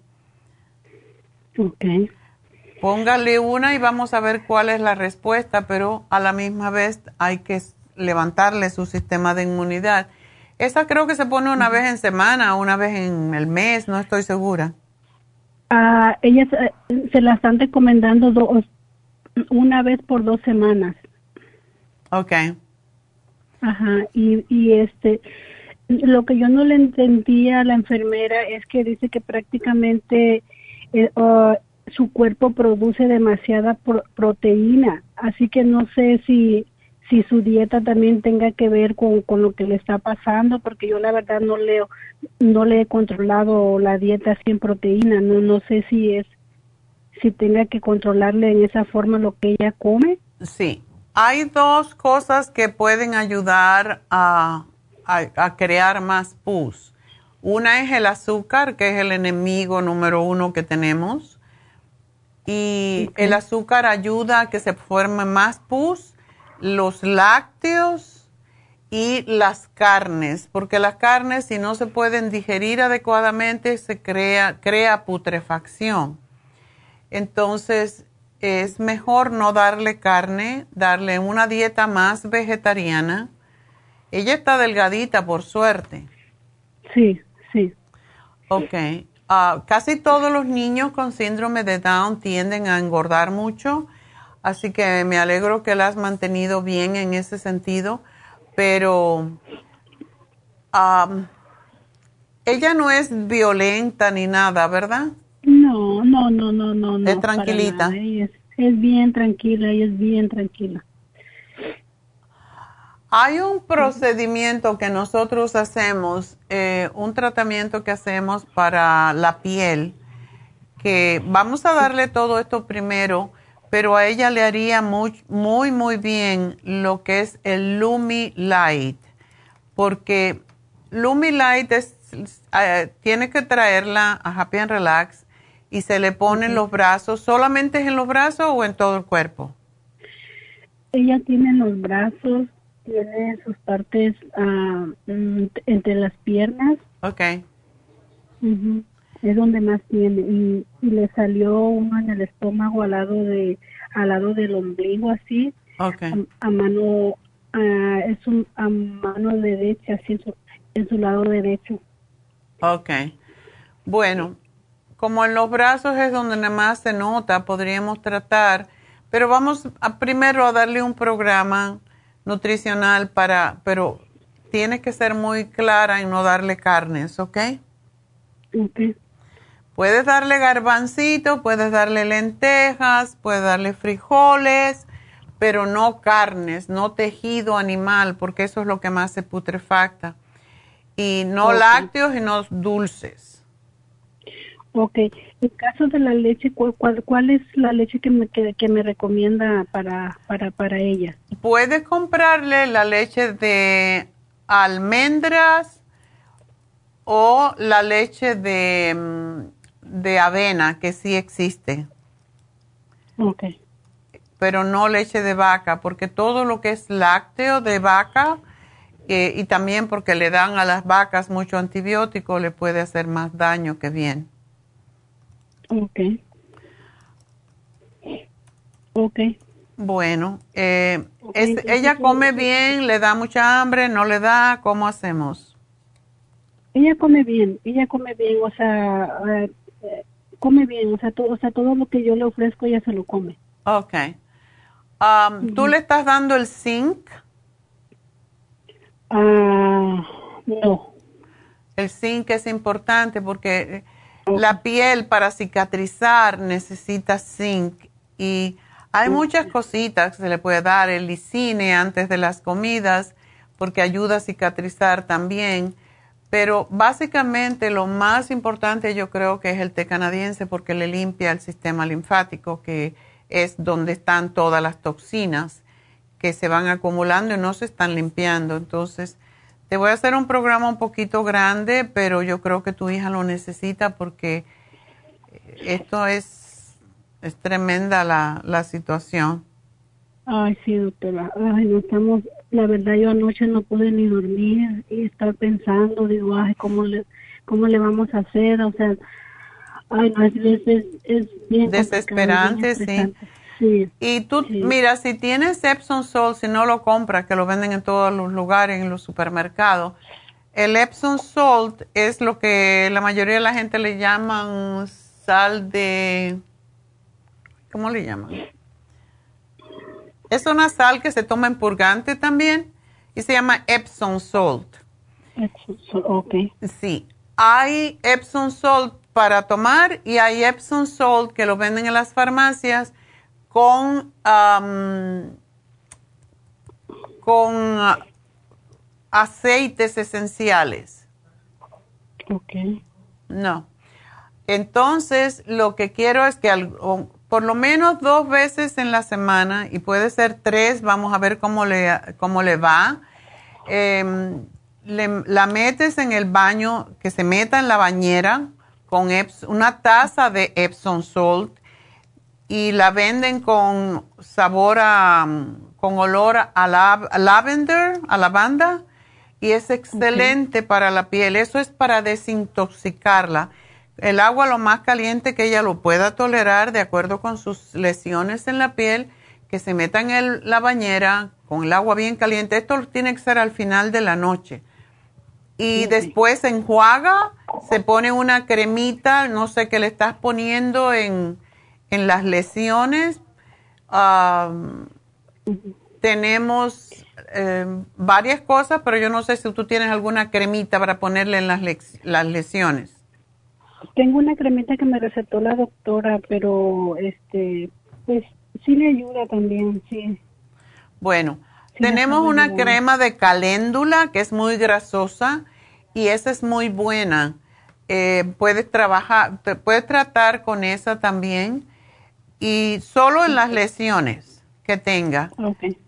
Okay. Póngale 1 y vamos a ver cuál es la respuesta, pero a la misma vez hay que levantarle su sistema de inmunidad. Esa creo que se pone una vez en semana, una vez en el mes, no estoy segura. Ellas se la están recomendando una vez por 2 semanas. Okay. Ajá, y lo que yo no le entendía a la enfermera es que dice que prácticamente su cuerpo produce demasiada proteína, así que no sé si su dieta también tenga que ver con lo que le está pasando, porque yo la verdad no le he controlado la dieta sin proteína, no sé si tenga que controlarle en esa forma lo que ella come. Sí, hay 2 cosas que pueden ayudar a crear más pus. Una es el azúcar, que es el enemigo número 1 que tenemos, y el azúcar ayuda a que se forme más pus, los lácteos y las carnes, porque las carnes, si no se pueden digerir adecuadamente, se crea putrefacción. Entonces, es mejor no darle carne, darle una dieta más vegetariana. Ella está delgadita, por suerte. Sí. Ok. Casi todos los niños con síndrome de Down tienden a engordar mucho, así que me alegro que la has mantenido bien en ese sentido, pero ella no es violenta ni nada, ¿verdad? No. Es tranquilita. Ella es bien tranquila, ella es bien tranquila. Hay un procedimiento que nosotros hacemos, un tratamiento que hacemos para la piel, que vamos a darle todo esto primero, pero a ella le haría muy bien lo que es el Lumi Light, porque Lumi Light tiene que traerla a Happy and Relax y se le pone en los brazos. ¿Solamente es en los brazos o en todo el cuerpo? Ella tiene los brazos, tiene sus partes entre las piernas. Okay. Es donde más tiene, y le salió uno en el estómago al lado del ombligo, así. Okay. A mano derecha, así en su lado derecho. Okay. Bueno, como en los brazos es donde nada más se nota, podríamos tratar, pero vamos primero a darle un programa nutricional pero tiene que ser muy clara en no darle carnes, ¿ok? Ok. Puedes darle garbancito, puedes darle lentejas, puedes darle frijoles, pero no carnes, no tejido animal, porque eso es lo que más se putrefacta. Y no lácteos y no dulces. Ok. En caso de la leche, ¿cuál es la leche que me recomienda para ella? Puedes comprarle la leche de almendras o la leche de avena, que sí existe. Ok. Pero no leche de vaca, porque todo lo que es lácteo de vaca y también porque le dan a las vacas mucho antibiótico, le puede hacer más daño que bien. Ok. Ok. Bueno, ella come bien, le da mucha hambre, no le da, ¿cómo hacemos? Ella come bien, o sea, come bien, o sea, todo lo que yo le ofrezco ella se lo come. Okay. ¿Tú le estás dando el zinc? No. El zinc es importante porque la piel para cicatrizar necesita zinc y hay muchas cositas que se le puede dar, el lisine antes de las comidas porque ayuda a cicatrizar también, pero básicamente lo más importante yo creo que es el té canadiense porque le limpia el sistema linfático, que es donde están todas las toxinas que se van acumulando y no se están limpiando. Entonces, te voy a hacer un programa un poquito grande, pero yo creo que tu hija lo necesita porque esto es tremenda la situación. Ay, sí, doctora. Ay, no estamos, la verdad yo anoche no pude ni dormir y estar pensando, digo, ay, ¿cómo le vamos a hacer? O sea, ay, no, es bien desesperante, sí. Sí. Y tú, mira, si tienes Epsom Salt, si no lo compras, que lo venden en todos los lugares, en los supermercados, el Epsom Salt es lo que la mayoría de la gente le llaman sal de... ¿Cómo le llaman? Es una sal que se toma en purgante también y se llama Epsom Salt. Epsom Salt, ok. Sí, hay Epsom Salt para tomar y hay Epsom Salt que lo venden en las farmacias con aceites esenciales. Ok. No. Entonces, lo que quiero es que por lo menos 2 veces en la semana, y puede ser 3, vamos a ver cómo le va, la metes en el baño, que se meta en la bañera con una taza de Epsom Salt, y la venden con sabor con olor a lavender, a lavanda, y es excelente para la piel. Eso es para desintoxicarla. El agua lo más caliente que ella lo pueda tolerar, de acuerdo con sus lesiones en la piel, que se meta en la bañera con el agua bien caliente. Esto tiene que ser al final de la noche. Y después se enjuaga, se pone una cremita, no sé qué le estás poniendo en las lesiones. Tenemos varias cosas, pero yo no sé si tú tienes alguna cremita para ponerle en las lesiones. Tengo una cremita que me recetó la doctora, pero pues sí le ayuda también, sí. Bueno, tenemos una crema de caléndula que es muy grasosa y esa es muy buena. Puedes tratar con esa también, y solo en las lesiones que tenga. Okay.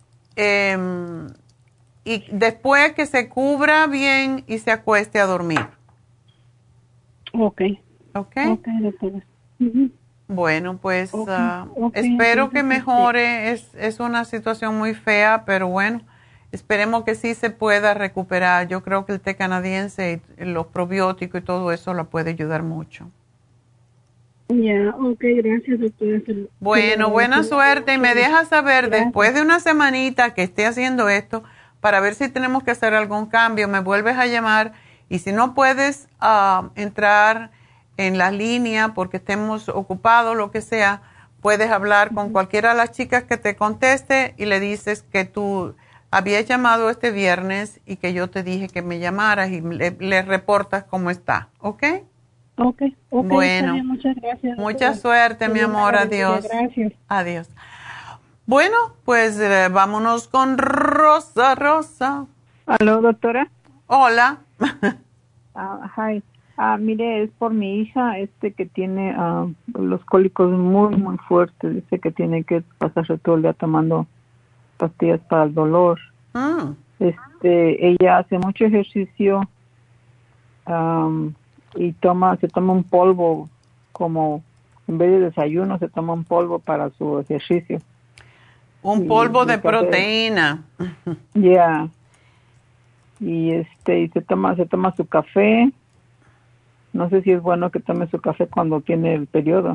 Y después que se cubra bien y se acueste a dormir. Ok. Ok. Ok, doctora. Bueno, pues espero que mejore. Es una situación muy fea, pero bueno, esperemos que sí se pueda recuperar. Yo creo que el té canadiense, los probióticos y todo eso la puede ayudar mucho. Ya, ok, gracias, doctora. Bueno, buena suerte, y me deja saber después de una semanita que esté haciendo esto para ver si tenemos que hacer algún cambio. Me vuelves a llamar, y si no puedes entrar en la línea porque estemos ocupados, lo que sea, puedes hablar con cualquiera de las chicas que te conteste y le dices que tú habías llamado este viernes y que yo te dije que me llamaras, y le reportas cómo está, ¿ok? Ok, bueno, bien, muchas gracias. Mucha suerte, mi amor, adiós. Gracias. Adiós. Bueno, pues vámonos con Rosa. ¿Aló, doctora? Hola. Hi. Mire, es por mi hija, que tiene los cólicos muy, muy fuertes. Dice que tiene que pasarse todo el día tomando pastillas para el dolor. Ella hace mucho ejercicio y se toma un polvo, como en vez de desayuno se toma un polvo para su ejercicio. Un polvo de proteína. Ya. Y y se toma su café. No sé si es bueno que tome su café cuando tiene el periodo.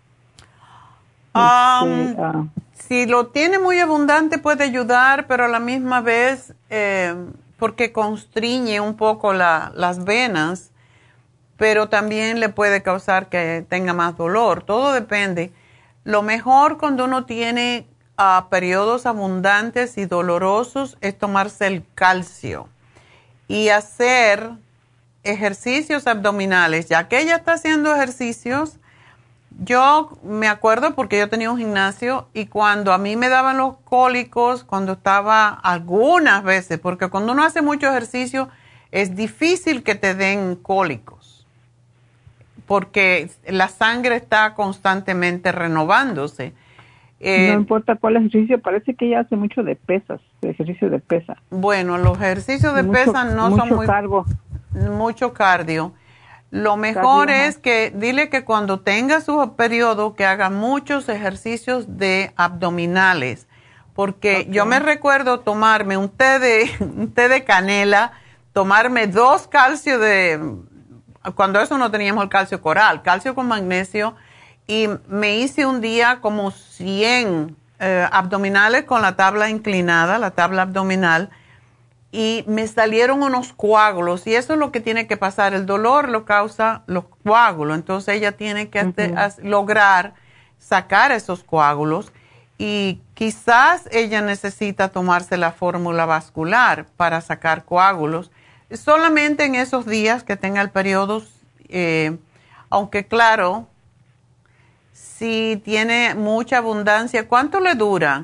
Si lo tiene muy abundante puede ayudar, pero a la misma vez, porque constriñe un poco las venas, pero también le puede causar que tenga más dolor. Todo depende. Lo mejor cuando uno tiene periodos abundantes y dolorosos es tomarse el calcio y hacer ejercicios abdominales. Ya que ella está haciendo ejercicios, yo me acuerdo porque yo tenía un gimnasio, y cuando a mí me daban los cólicos, cuando estaba algunas veces, porque cuando uno hace mucho ejercicio es difícil que te den cólicos, porque la sangre está constantemente renovándose. No importa cuál ejercicio, parece que ella hace mucho de pesas, de ejercicio de pesa. Bueno, los ejercicios de pesas no son muy... Mucho cardio. Lo mejor es que dile que cuando tenga su periodo que haga muchos ejercicios de abdominales, porque yo me recuerdo tomarme un té de canela, tomarme 2 calcios cuando eso no teníamos el calcio coral, calcio con magnesio, y me hice un día como 100 abdominales con la tabla inclinada, la tabla abdominal, y me salieron unos coágulos, y eso es lo que tiene que pasar. El dolor lo causa los coágulos, entonces ella tiene que lograr sacar esos coágulos, y quizás ella necesita tomarse la fórmula vascular para sacar coágulos, solamente en esos días que tenga el periodo, aunque claro, si tiene mucha abundancia, ¿cuánto le dura?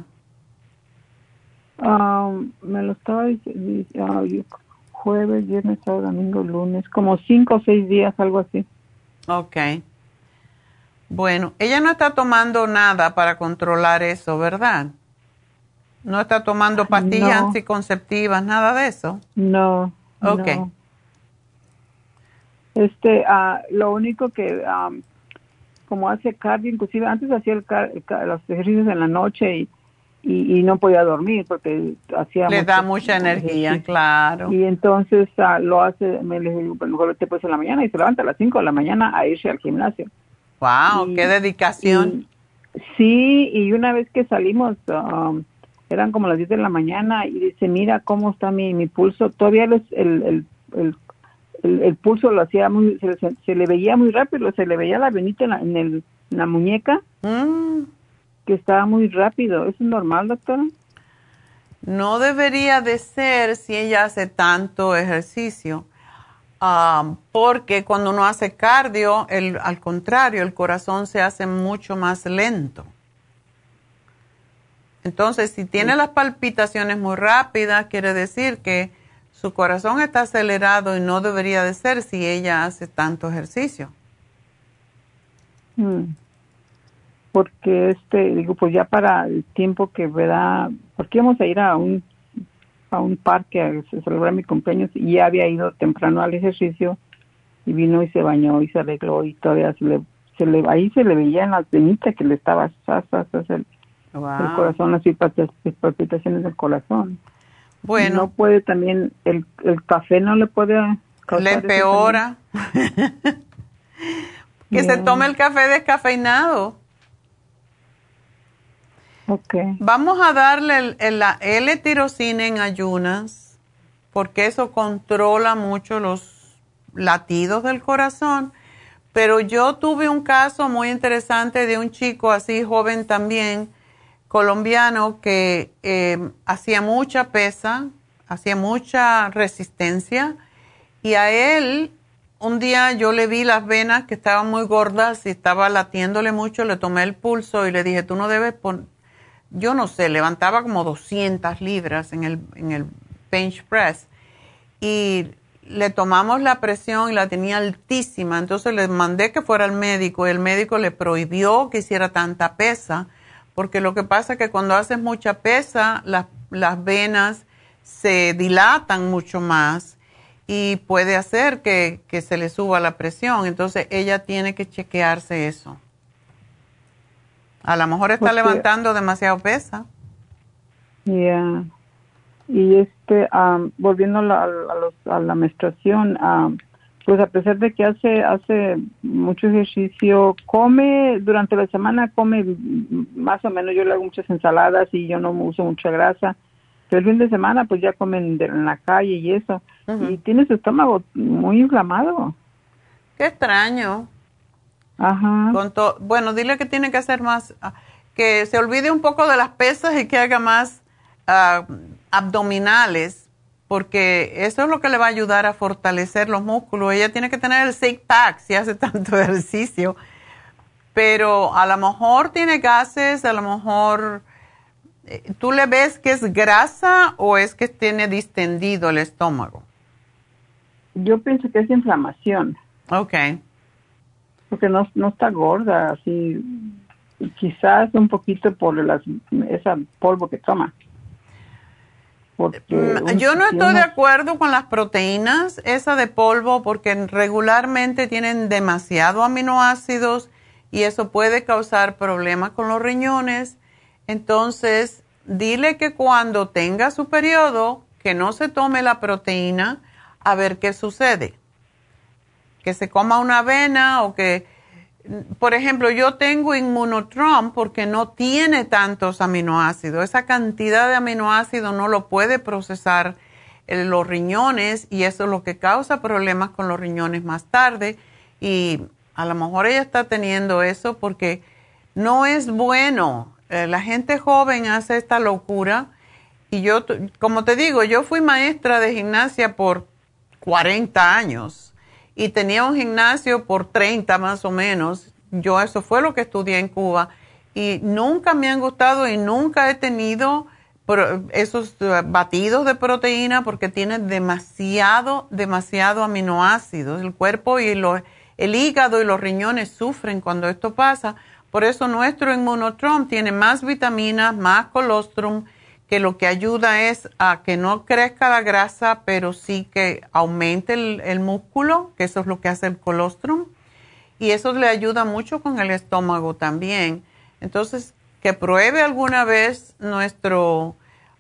Me lo estaba diciendo jueves, viernes, sábado, domingo, lunes, como 5 o 6 días, algo así. Ok. Bueno, ella no está tomando nada para controlar eso, ¿verdad? No está tomando pastillas anticonceptivas, nada de eso. No. Ok. No. Lo único que, como hace cardio, inclusive antes hacía los ejercicios en la noche y no podía dormir porque hacía... Le da mucha energía, claro. Y entonces lo hace, me le digo, mejor te puedes en la mañana, y se levanta a las 5 de la mañana a irse al gimnasio. ¡Wow! ¡Qué dedicación! Sí, y una vez que salimos, eran como las 10 de la mañana, y dice, mira cómo está mi pulso. Todavía el pulso lo hacía muy, se le veía muy rápido, se le veía la venita en la muñeca, que estaba muy rápido. ¿Eso es normal, doctora? No debería de ser si ella hace tanto ejercicio, porque cuando uno hace cardio, al contrario, el corazón se hace mucho más lento. Entonces, si tiene las palpitaciones muy rápidas, quiere decir que su corazón está acelerado y no debería de ser si ella hace tanto ejercicio. Porque digo, pues ya para el tiempo que verá, porque íbamos a ir a un parque a celebrar mi cumpleaños, y ya había ido temprano al ejercicio, y vino y se bañó y se arregló, y todavía ahí se le veía en las venitas que le estaba el corazón, las palpitaciones del corazón. Bueno. No puede también, el café no le puede causar. Le empeora. Que se tome el café descafeinado. Okay. Vamos a darle la L-tirosina en ayunas, porque eso controla mucho los latidos del corazón. Pero yo tuve un caso muy interesante de un chico así joven también, colombiano, que hacía mucha pesa, hacía mucha resistencia, y a él un día yo le vi las venas que estaban muy gordas y estaba latiéndole mucho, le tomé el pulso y le dije, tú no debes yo no sé, levantaba como 200 libras en el bench press, y le tomamos la presión y la tenía altísima. Entonces le mandé que fuera al médico, y el médico le prohibió que hiciera tanta pesa, porque lo que pasa es que cuando haces mucha pesa, las venas se dilatan mucho más y puede hacer que se le suba la presión. Entonces ella tiene que chequearse eso. A lo mejor está levantando demasiado pesa. Yeah. Y volviendo a la menstruación, pues a pesar de que hace mucho ejercicio, durante la semana come más o menos, yo le hago muchas ensaladas y yo no uso mucha grasa, pero el fin de semana pues ya comen en la calle y eso, y tiene su estómago muy inflamado. Qué extraño. Ajá. Bueno, dile que tiene que hacer más, que se olvide un poco de las pesas y que haga más abdominales, porque eso es lo que le va a ayudar a fortalecer los músculos. Ella tiene que tener el six pack si hace tanto ejercicio, pero a lo mejor tiene gases, a lo mejor ¿tú le ves que es grasa o es que tiene distendido el estómago? Yo pienso que es inflamación. Okay. Porque no está gorda, así, quizás un poquito por esa polvo que toma. Yo no estoy de acuerdo con las proteínas, esa de polvo, porque regularmente tienen demasiado aminoácidos y eso puede causar problemas con los riñones. Entonces, dile que cuando tenga su periodo, que no se tome la proteína, a ver qué sucede. Que se coma una avena o que por ejemplo, yo tengo Immunotrom porque no tiene tantos aminoácidos. Esa cantidad de aminoácidos no lo puede procesar los riñones y eso es lo que causa problemas con los riñones más tarde. Y a lo mejor ella está teniendo eso porque no es bueno. La gente joven hace esta locura y yo, como te digo, yo fui maestra de gimnasia por 40 años y tenía un gimnasio por 30 más o menos. Eso fue lo que estudié en Cuba y nunca me han gustado y nunca he tenido esos batidos de proteína porque tienen demasiado aminoácidos. El cuerpo y el hígado y los riñones sufren cuando esto pasa. Por eso nuestro Immunotrom tiene más vitaminas, más colostrum, que lo que ayuda es a que no crezca la grasa, pero sí que aumente el músculo, que eso es lo que hace el colostrum. Y eso le ayuda mucho con el estómago también. Entonces, que pruebe alguna vez nuestro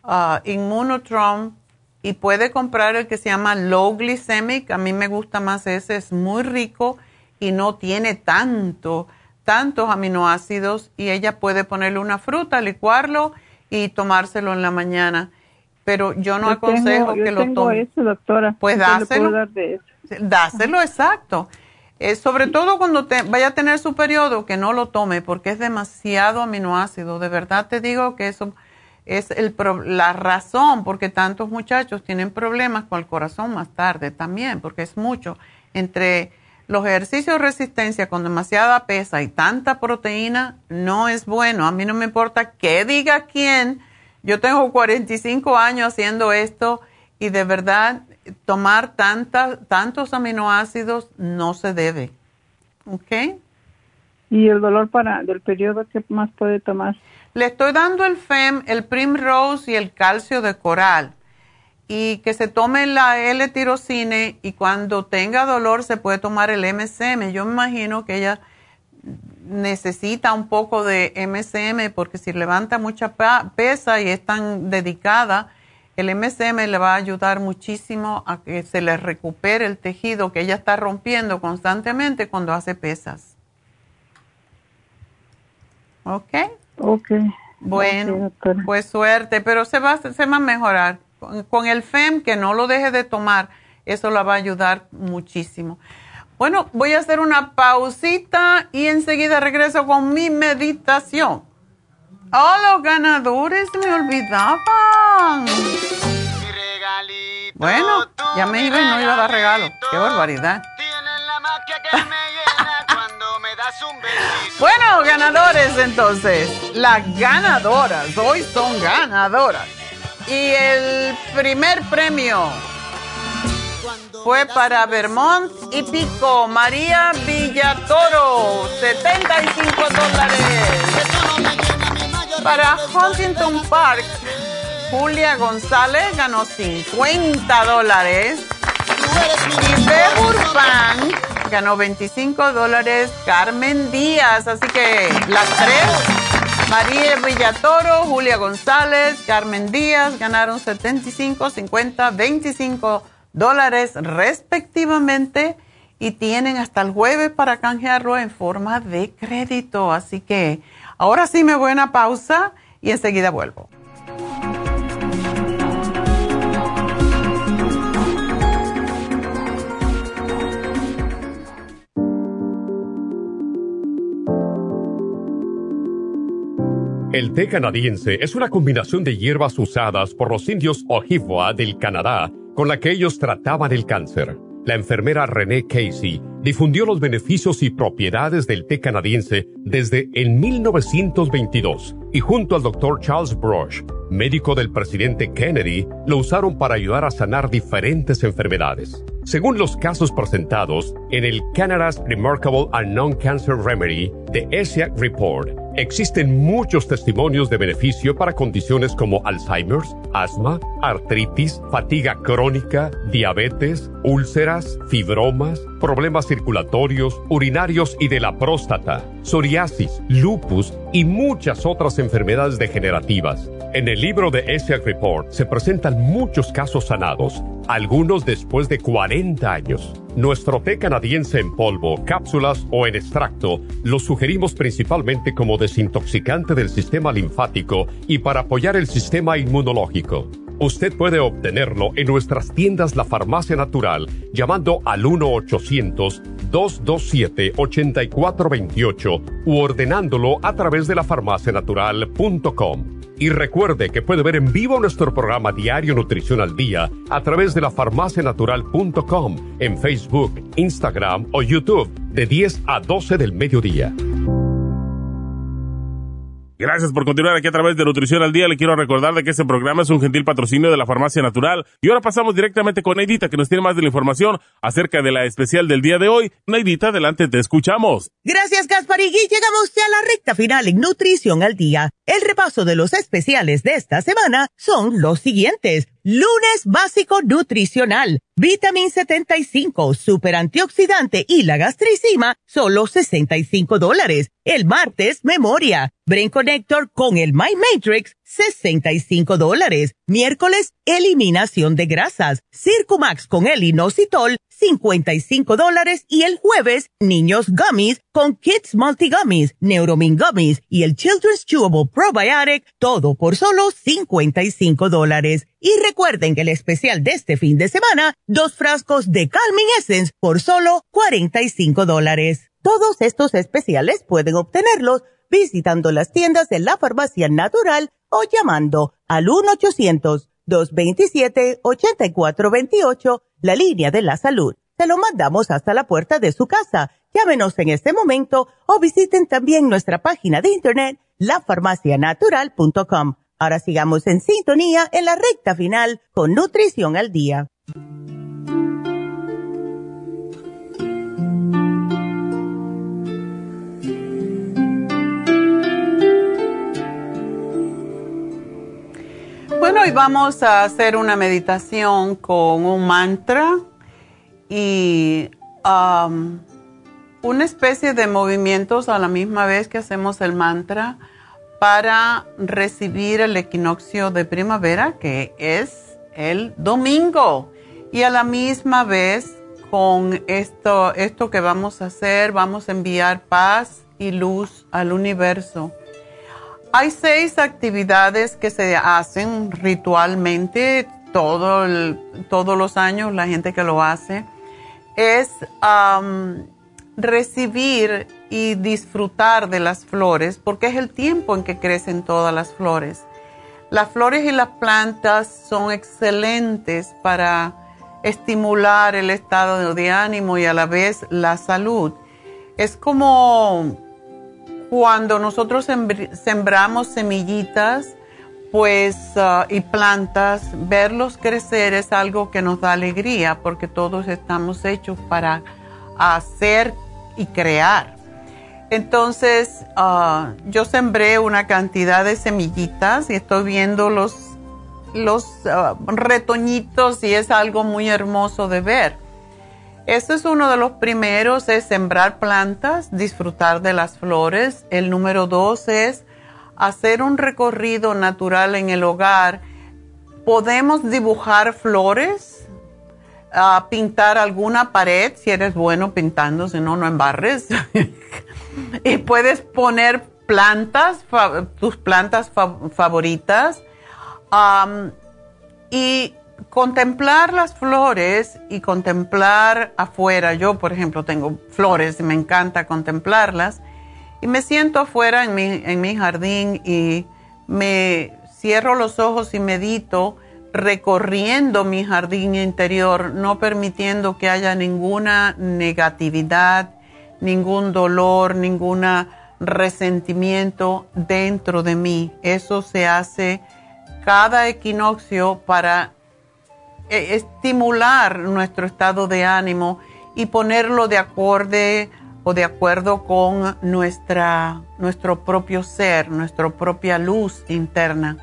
Immunotrom y puede comprar el que se llama Low Glycemic. A mí me gusta más ese, es muy rico y no tiene tantos aminoácidos y ella puede ponerle una fruta, licuarlo y tomárselo en la mañana. Pero yo no aconsejo que lo tome. Eso, doctora. Pues dáselo. Dáselo, exacto. Sobre todo cuando vaya a tener su periodo, que no lo tome porque es demasiado aminoácido. De verdad te digo que eso es la razón porque tantos muchachos tienen problemas con el corazón más tarde también, porque es mucho. Entre los ejercicios de resistencia con demasiada pesa y tanta proteína, no es bueno. A mí no me importa qué diga quién. Yo tengo 45 años haciendo esto y de verdad tomar tantos aminoácidos no se debe. ¿Ok? ¿Y el dolor del periodo qué más puede tomar? Le estoy dando el FEM, el Primrose y el calcio de coral. Y que se tome la L-tirocine y cuando tenga dolor se puede tomar el MSM. Yo me imagino que ella necesita un poco de MSM porque si levanta mucha pesa y es tan dedicada, el MSM le va a ayudar muchísimo a que se le recupere el tejido que ella está rompiendo constantemente cuando hace pesas. ¿Ok? Ok. Bueno, pues suerte, pero se va a mejorar. Con el FEM, que no lo deje de tomar, eso la va a ayudar muchísimo. Bueno, voy a hacer una pausita y enseguida regreso con mi meditación. ¡Oh, los ganadores! Me olvidaban. Bueno, ya me iba y no iba a dar regalo. ¡Qué barbaridad! Bueno, ganadores entonces. Las ganadoras, hoy son ganadoras. Y el primer premio fue para Vermont y Pico, María Villatoro, $75. Para Huntington Park, Julia González ganó $50. Y Beburbank ganó $25, Carmen Díaz. Así que las tres, María Villatoro, Julia González, Carmen Díaz, ganaron $75, $50, $25 respectivamente y tienen hasta el jueves para canjearlo en forma de crédito. Así que ahora sí me voy a una pausa y enseguida vuelvo. El té canadiense es una combinación de hierbas usadas por los indios Ojibwa del Canadá con la que ellos trataban el cáncer. La enfermera Renee Casey difundió los beneficios y propiedades del té canadiense desde el 1922 y junto al Dr. Charles Brush, médico del presidente Kennedy, lo usaron para ayudar a sanar diferentes enfermedades. Según los casos presentados en el Canada's Remarkable and Non-Cancer Remedy de ESIAC Report, existen muchos testimonios de beneficio para condiciones como Alzheimer's, asma, artritis, fatiga crónica, diabetes, úlceras, fibromas, problemas circulatorios, urinarios y de la próstata, psoriasis, lupus y muchas otras enfermedades degenerativas. En el libro de ESSEC Report se presentan muchos casos sanados, algunos después de 40 años. Nuestro té canadiense en polvo, cápsulas o en extracto lo sugerimos principalmente como desintoxicante del sistema linfático y para apoyar el sistema inmunológico. Usted puede obtenerlo en nuestras tiendas La Farmacia Natural llamando al 1-800-227-8428 u ordenándolo a través de lafarmacianatural.com. Y recuerde que puede ver en vivo nuestro programa Diario Nutrición al Día a través de lafarmacianatural.com en Facebook, Instagram o YouTube de 10 a 12 del mediodía. Gracias por continuar aquí a través de Nutrición al Día. Le quiero recordar de que este programa es un gentil patrocinio de la Farmacia Natural. Y ahora pasamos directamente con Neidita, que nos tiene más de la información acerca de la especial del día de hoy. Neidita, adelante, te escuchamos. Gracias, Gasparigui. Llegamos ya a la recta final en Nutrición al Día. El repaso de los especiales de esta semana son los siguientes. Lunes básico nutricional, Vitamin 75, super antioxidante y la gastricima, solo $65. El martes, memoria, Brain Connector con el My Matrix, $65. Miércoles, eliminación de grasas, Circumax con el inositol, $55. Y el jueves, niños gummies con Kids Multi Gummies, Neuromin Gummies y el Children's Chewable Probiotic, todo por solo $55. Y recuerden que el especial de este fin de semana, 2 frascos de Calming Essence por solo $45. Todos estos especiales pueden obtenerlos visitando las tiendas de la Farmacia Natural o llamando al 1-800-227-8428, la línea de la salud. Se lo mandamos hasta la puerta de su casa. Llámenos en este momento o visiten también nuestra página de internet, lafarmacianatural.com. Ahora sigamos en sintonía en la recta final con Nutrición al Día. Bueno, hoy vamos a hacer una meditación con un mantra y una especie de movimientos a la misma vez que hacemos el mantra para recibir el equinoccio de primavera, que es el domingo. Y a la misma vez, con esto que vamos a hacer, vamos a enviar paz y luz al universo. Hay 6 actividades que se hacen ritualmente todos los años, la gente que lo hace. Es recibir y disfrutar de las flores, porque es el tiempo en que crecen todas las flores. Las flores y las plantas son excelentes para estimular el estado de ánimo y a la vez la salud. Es como cuando nosotros sembramos semillitas, pues, y plantas, verlos crecer es algo que nos da alegría, porque todos estamos hechos para hacer y crear. Entonces, yo sembré una cantidad de semillitas y estoy viendo los retoñitos y es algo muy hermoso de ver. Este es uno de los primeros, es sembrar plantas, disfrutar de las flores. El número 2 es hacer un recorrido natural en el hogar. Podemos dibujar flores, pintar alguna pared, si eres bueno pintando, si no, no embarres. Y puedes poner plantas, tus plantas favoritas, y contemplar las flores y contemplar afuera. Yo, por ejemplo, tengo flores y me encanta contemplarlas. Y me siento afuera en mi jardín y me cierro los ojos y medito recorriendo mi jardín interior, no permitiendo que haya ninguna negatividad, ningún dolor, ningún resentimiento dentro de mí. Eso se hace cada equinoccio para estimular nuestro estado de ánimo y ponerlo de acuerdo con nuestro propio ser, nuestra propia luz interna.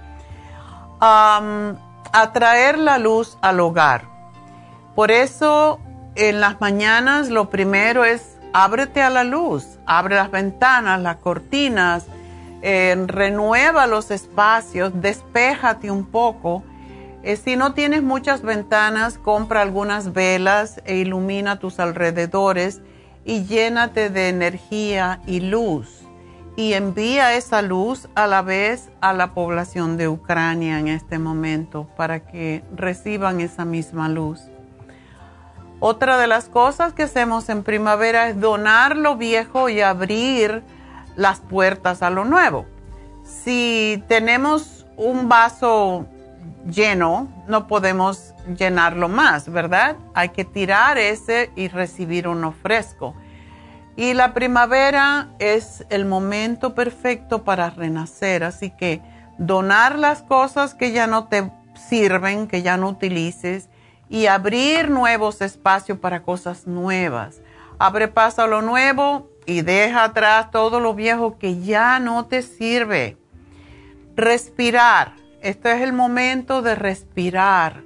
Atraer la luz al hogar. Por eso, en las mañanas, lo primero es ábrete a la luz, abre las ventanas, las cortinas, renueva los espacios, despéjate un poco. Si no tienes muchas ventanas, compra algunas velas e ilumina tus alrededores y llénate de energía y luz. Y envía esa luz a la vez a la población de Ucrania en este momento para que reciban esa misma luz. Otra de las cosas que hacemos en primavera es donar lo viejo y abrir las puertas a lo nuevo. Si tenemos un vaso lleno, no podemos llenarlo más, ¿verdad? Hay que tirar ese y recibir uno fresco. Y la primavera es el momento perfecto para renacer, así que donar las cosas que ya no te sirven, que ya no utilices, y abrir nuevos espacios para cosas nuevas. Abre paso a lo nuevo y deja atrás todo lo viejo que ya no te sirve. Respirar. Este es el momento de respirar.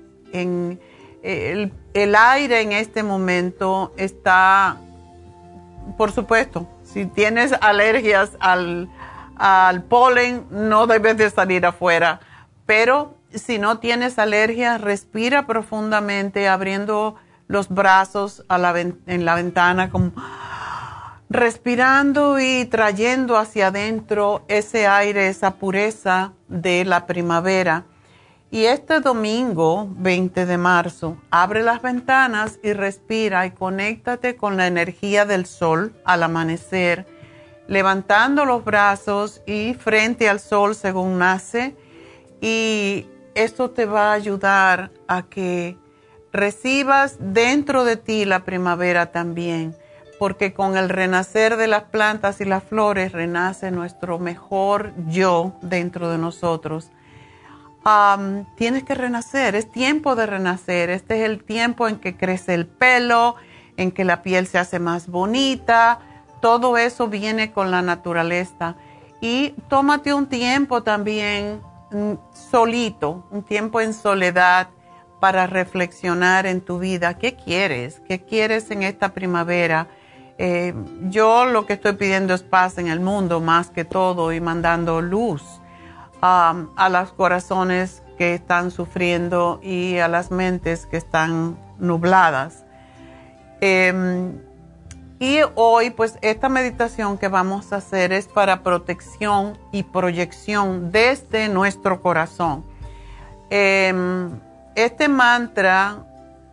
El aire en este momento está... Por supuesto, si tienes alergias al polen, no debes de salir afuera. Pero si no tienes alergias, respira profundamente, abriendo los brazos en la ventana, como respirando y trayendo hacia adentro ese aire, esa pureza de la primavera. Y este domingo, 20 de marzo, abre las ventanas y respira y conéctate con la energía del sol al amanecer, levantando los brazos y frente al sol según nace. Y esto te va a ayudar a que recibas dentro de ti la primavera también, porque con el renacer de las plantas y las flores renace nuestro mejor yo dentro de nosotros. Tienes que renacer, es tiempo de renacer. Este es el tiempo en que crece el pelo, en que la piel se hace más bonita. Todo eso viene con la naturaleza. Y tómate un tiempo también solito, un tiempo en soledad para reflexionar en tu vida. ¿Qué quieres? ¿Qué quieres en esta primavera? Yo lo que estoy pidiendo es paz en el mundo más que todo y mandando luz a los corazones que están sufriendo y a las mentes que están nubladas. Y hoy, pues, esta meditación que vamos a hacer es para protección y proyección desde nuestro corazón. Este mantra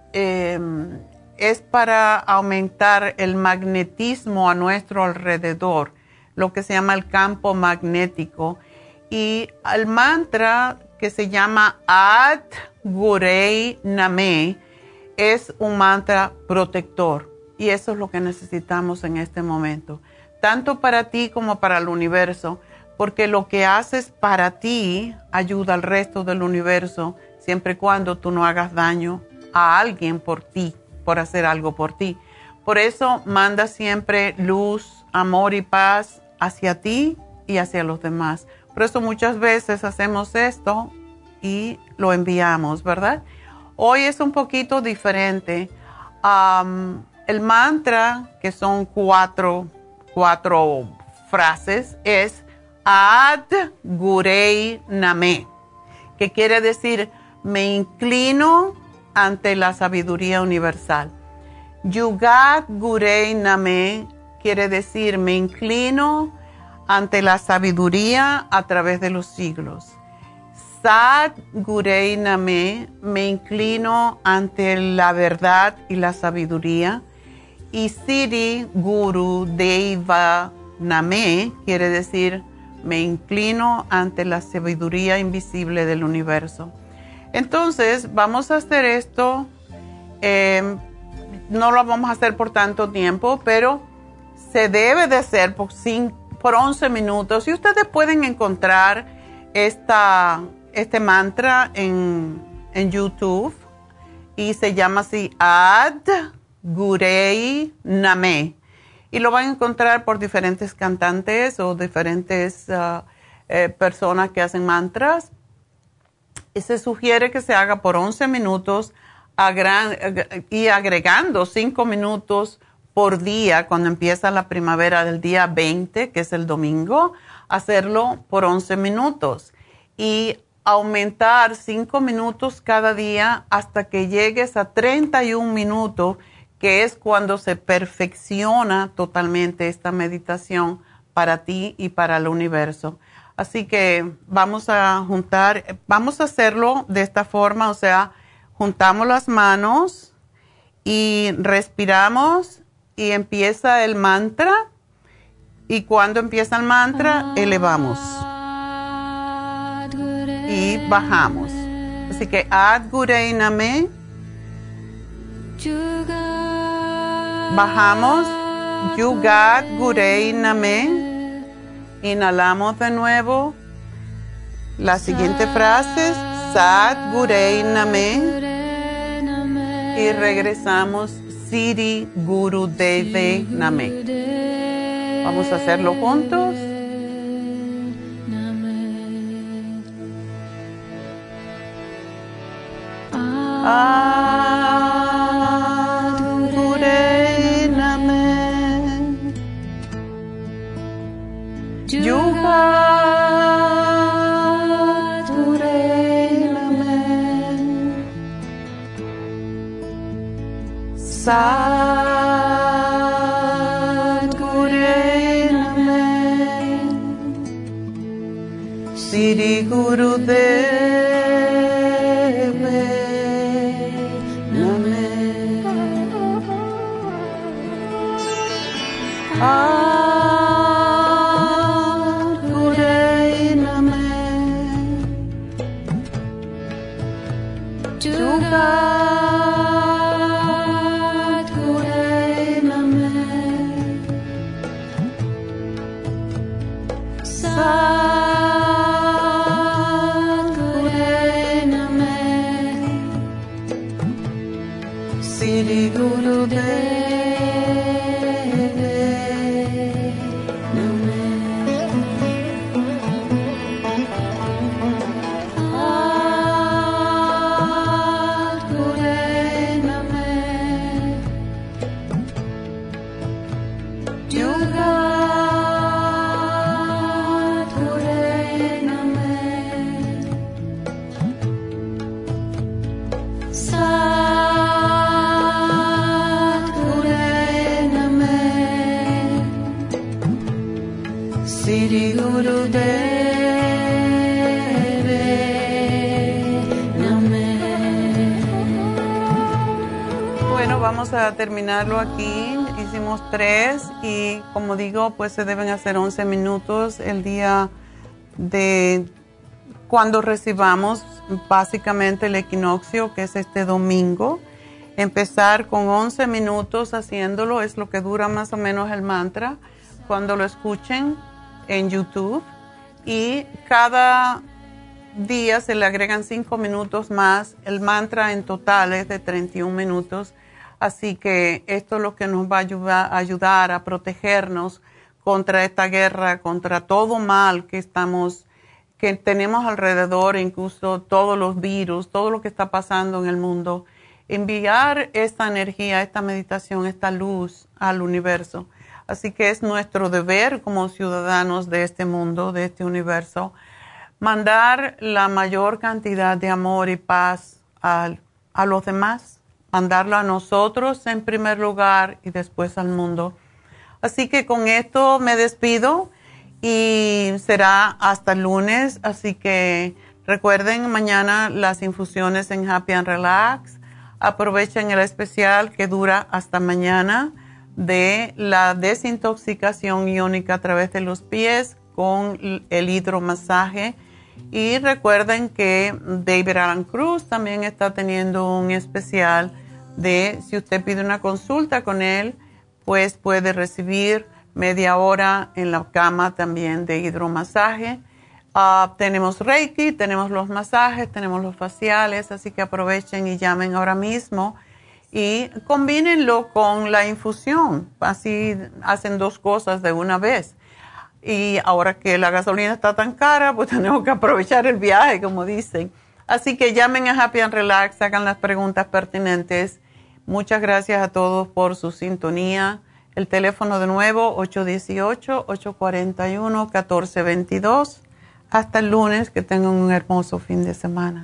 es para aumentar el magnetismo a nuestro alrededor, lo que se llama el campo magnético. Y el mantra que se llama Ad Gurei Name es un mantra protector. Y eso es lo que necesitamos en este momento, tanto para ti como para el universo, porque lo que haces para ti ayuda al resto del universo, siempre y cuando tú no hagas daño a alguien por ti, por hacer algo por ti. Por eso manda siempre luz, amor y paz hacia ti y hacia los demás. Por eso muchas veces hacemos esto y lo enviamos, ¿verdad? Hoy es un poquito diferente. El mantra, que son cuatro frases, es Ad Gurei Name, que quiere decir me inclino ante la sabiduría universal. Yugat Gurei Name quiere decir me inclino ante la sabiduría a través de los siglos. Sat Gurei Name, me inclino ante la verdad y la sabiduría. Y Siri Guru Deva Name quiere decir me inclino ante la sabiduría invisible del universo. Entonces, vamos a hacer esto. No lo vamos a hacer por tanto tiempo, pero se debe de hacer por 11 minutos. Y ustedes pueden encontrar este mantra en YouTube y se llama así Ad Gurei Name. Y lo van a encontrar por diferentes cantantes o diferentes personas que hacen mantras. Y se sugiere que se haga por 11 minutos y agregando 5 minutos por día cuando empieza la primavera del día 20, que es el domingo, hacerlo por 11 minutos y aumentar 5 minutos cada día hasta que llegues a 31 minutos, que es cuando se perfecciona totalmente esta meditación para ti y para el universo. Así que vamos a hacerlo de esta forma, o sea, juntamos las manos y respiramos y empieza el mantra, y cuando empieza el mantra elevamos y bajamos. Así que Ad Gurei Name, bajamos Yugat Gurei Name, inhalamos de nuevo la siguiente frase, Sat Gurei Name, y regresamos Siri Gurudeve Name. Vamos a hacerlo juntos. Ad Gurei Name, Yugat Gurei Name, Sat Gurei Name, Siri Gurudeve Ad Gurei Name, Yugat Gurei Name, Sat Gurei Name, Siri Gurudeve. Bueno, vamos a terminarlo aquí. Hicimos 3 y como digo, pues se deben hacer 11 minutos el día de cuando recibamos básicamente el equinoccio, que es este domingo. Empezar con 11 minutos haciéndolo, es lo que dura más o menos el mantra cuando lo escuchen en YouTube, y cada día se le agregan 5 minutos más. El mantra en total es de 31 minutos, así que esto es lo que nos va a ayudar a protegernos contra esta guerra, contra todo mal que tenemos alrededor, incluso todos los virus, todo lo que está pasando en el mundo. Enviar esta energía, esta meditación, esta luz al universo. Así que es nuestro deber como ciudadanos de este mundo, de este universo, mandar la mayor cantidad de amor y paz a los demás, mandarlo a nosotros en primer lugar y después al mundo. Así que con esto me despido y será hasta el lunes. Así que recuerden mañana las infusiones en Happy and Relax. Aprovechen el especial que dura hasta mañana de la desintoxicación iónica a través de los pies con el hidromasaje. Y recuerden que David Alan Cruz también está teniendo un especial de, si usted pide una consulta con él, pues puede recibir media hora en la cama también de hidromasaje. Tenemos Reiki, tenemos los masajes, tenemos los faciales, así que aprovechen y llamen ahora mismo y combínenlo con la infusión. Así hacen 2 cosas de una vez. Y ahora que la gasolina está tan cara, pues tenemos que aprovechar el viaje, como dicen. Así que llamen a Happy and Relax, hagan las preguntas pertinentes. Muchas gracias a todos por su sintonía. El teléfono de nuevo, 818-841-1422. Hasta el lunes, que tengan un hermoso fin de semana.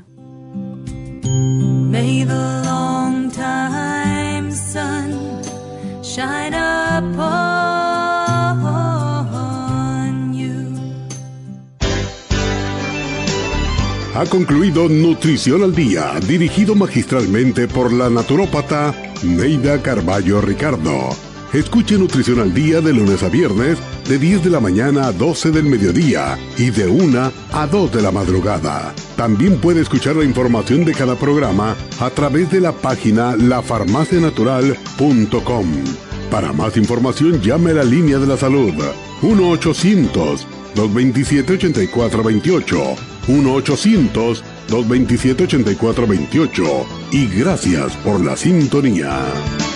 May the long time sun shine upon you. Ha concluido Nutrición al Día, dirigido magistralmente por la naturópata Neida Carballo Ricardo. Escuche Nutrición al Día de lunes a viernes, de 10 de la mañana a 12 del mediodía y de 1 a 2 de la madrugada. También puede escuchar la información de cada programa a través de la página lafarmacianatural.com. Para más información, llame a la línea de la salud 1-800-227-8428. 1-800-227-8428. Y gracias por la sintonía.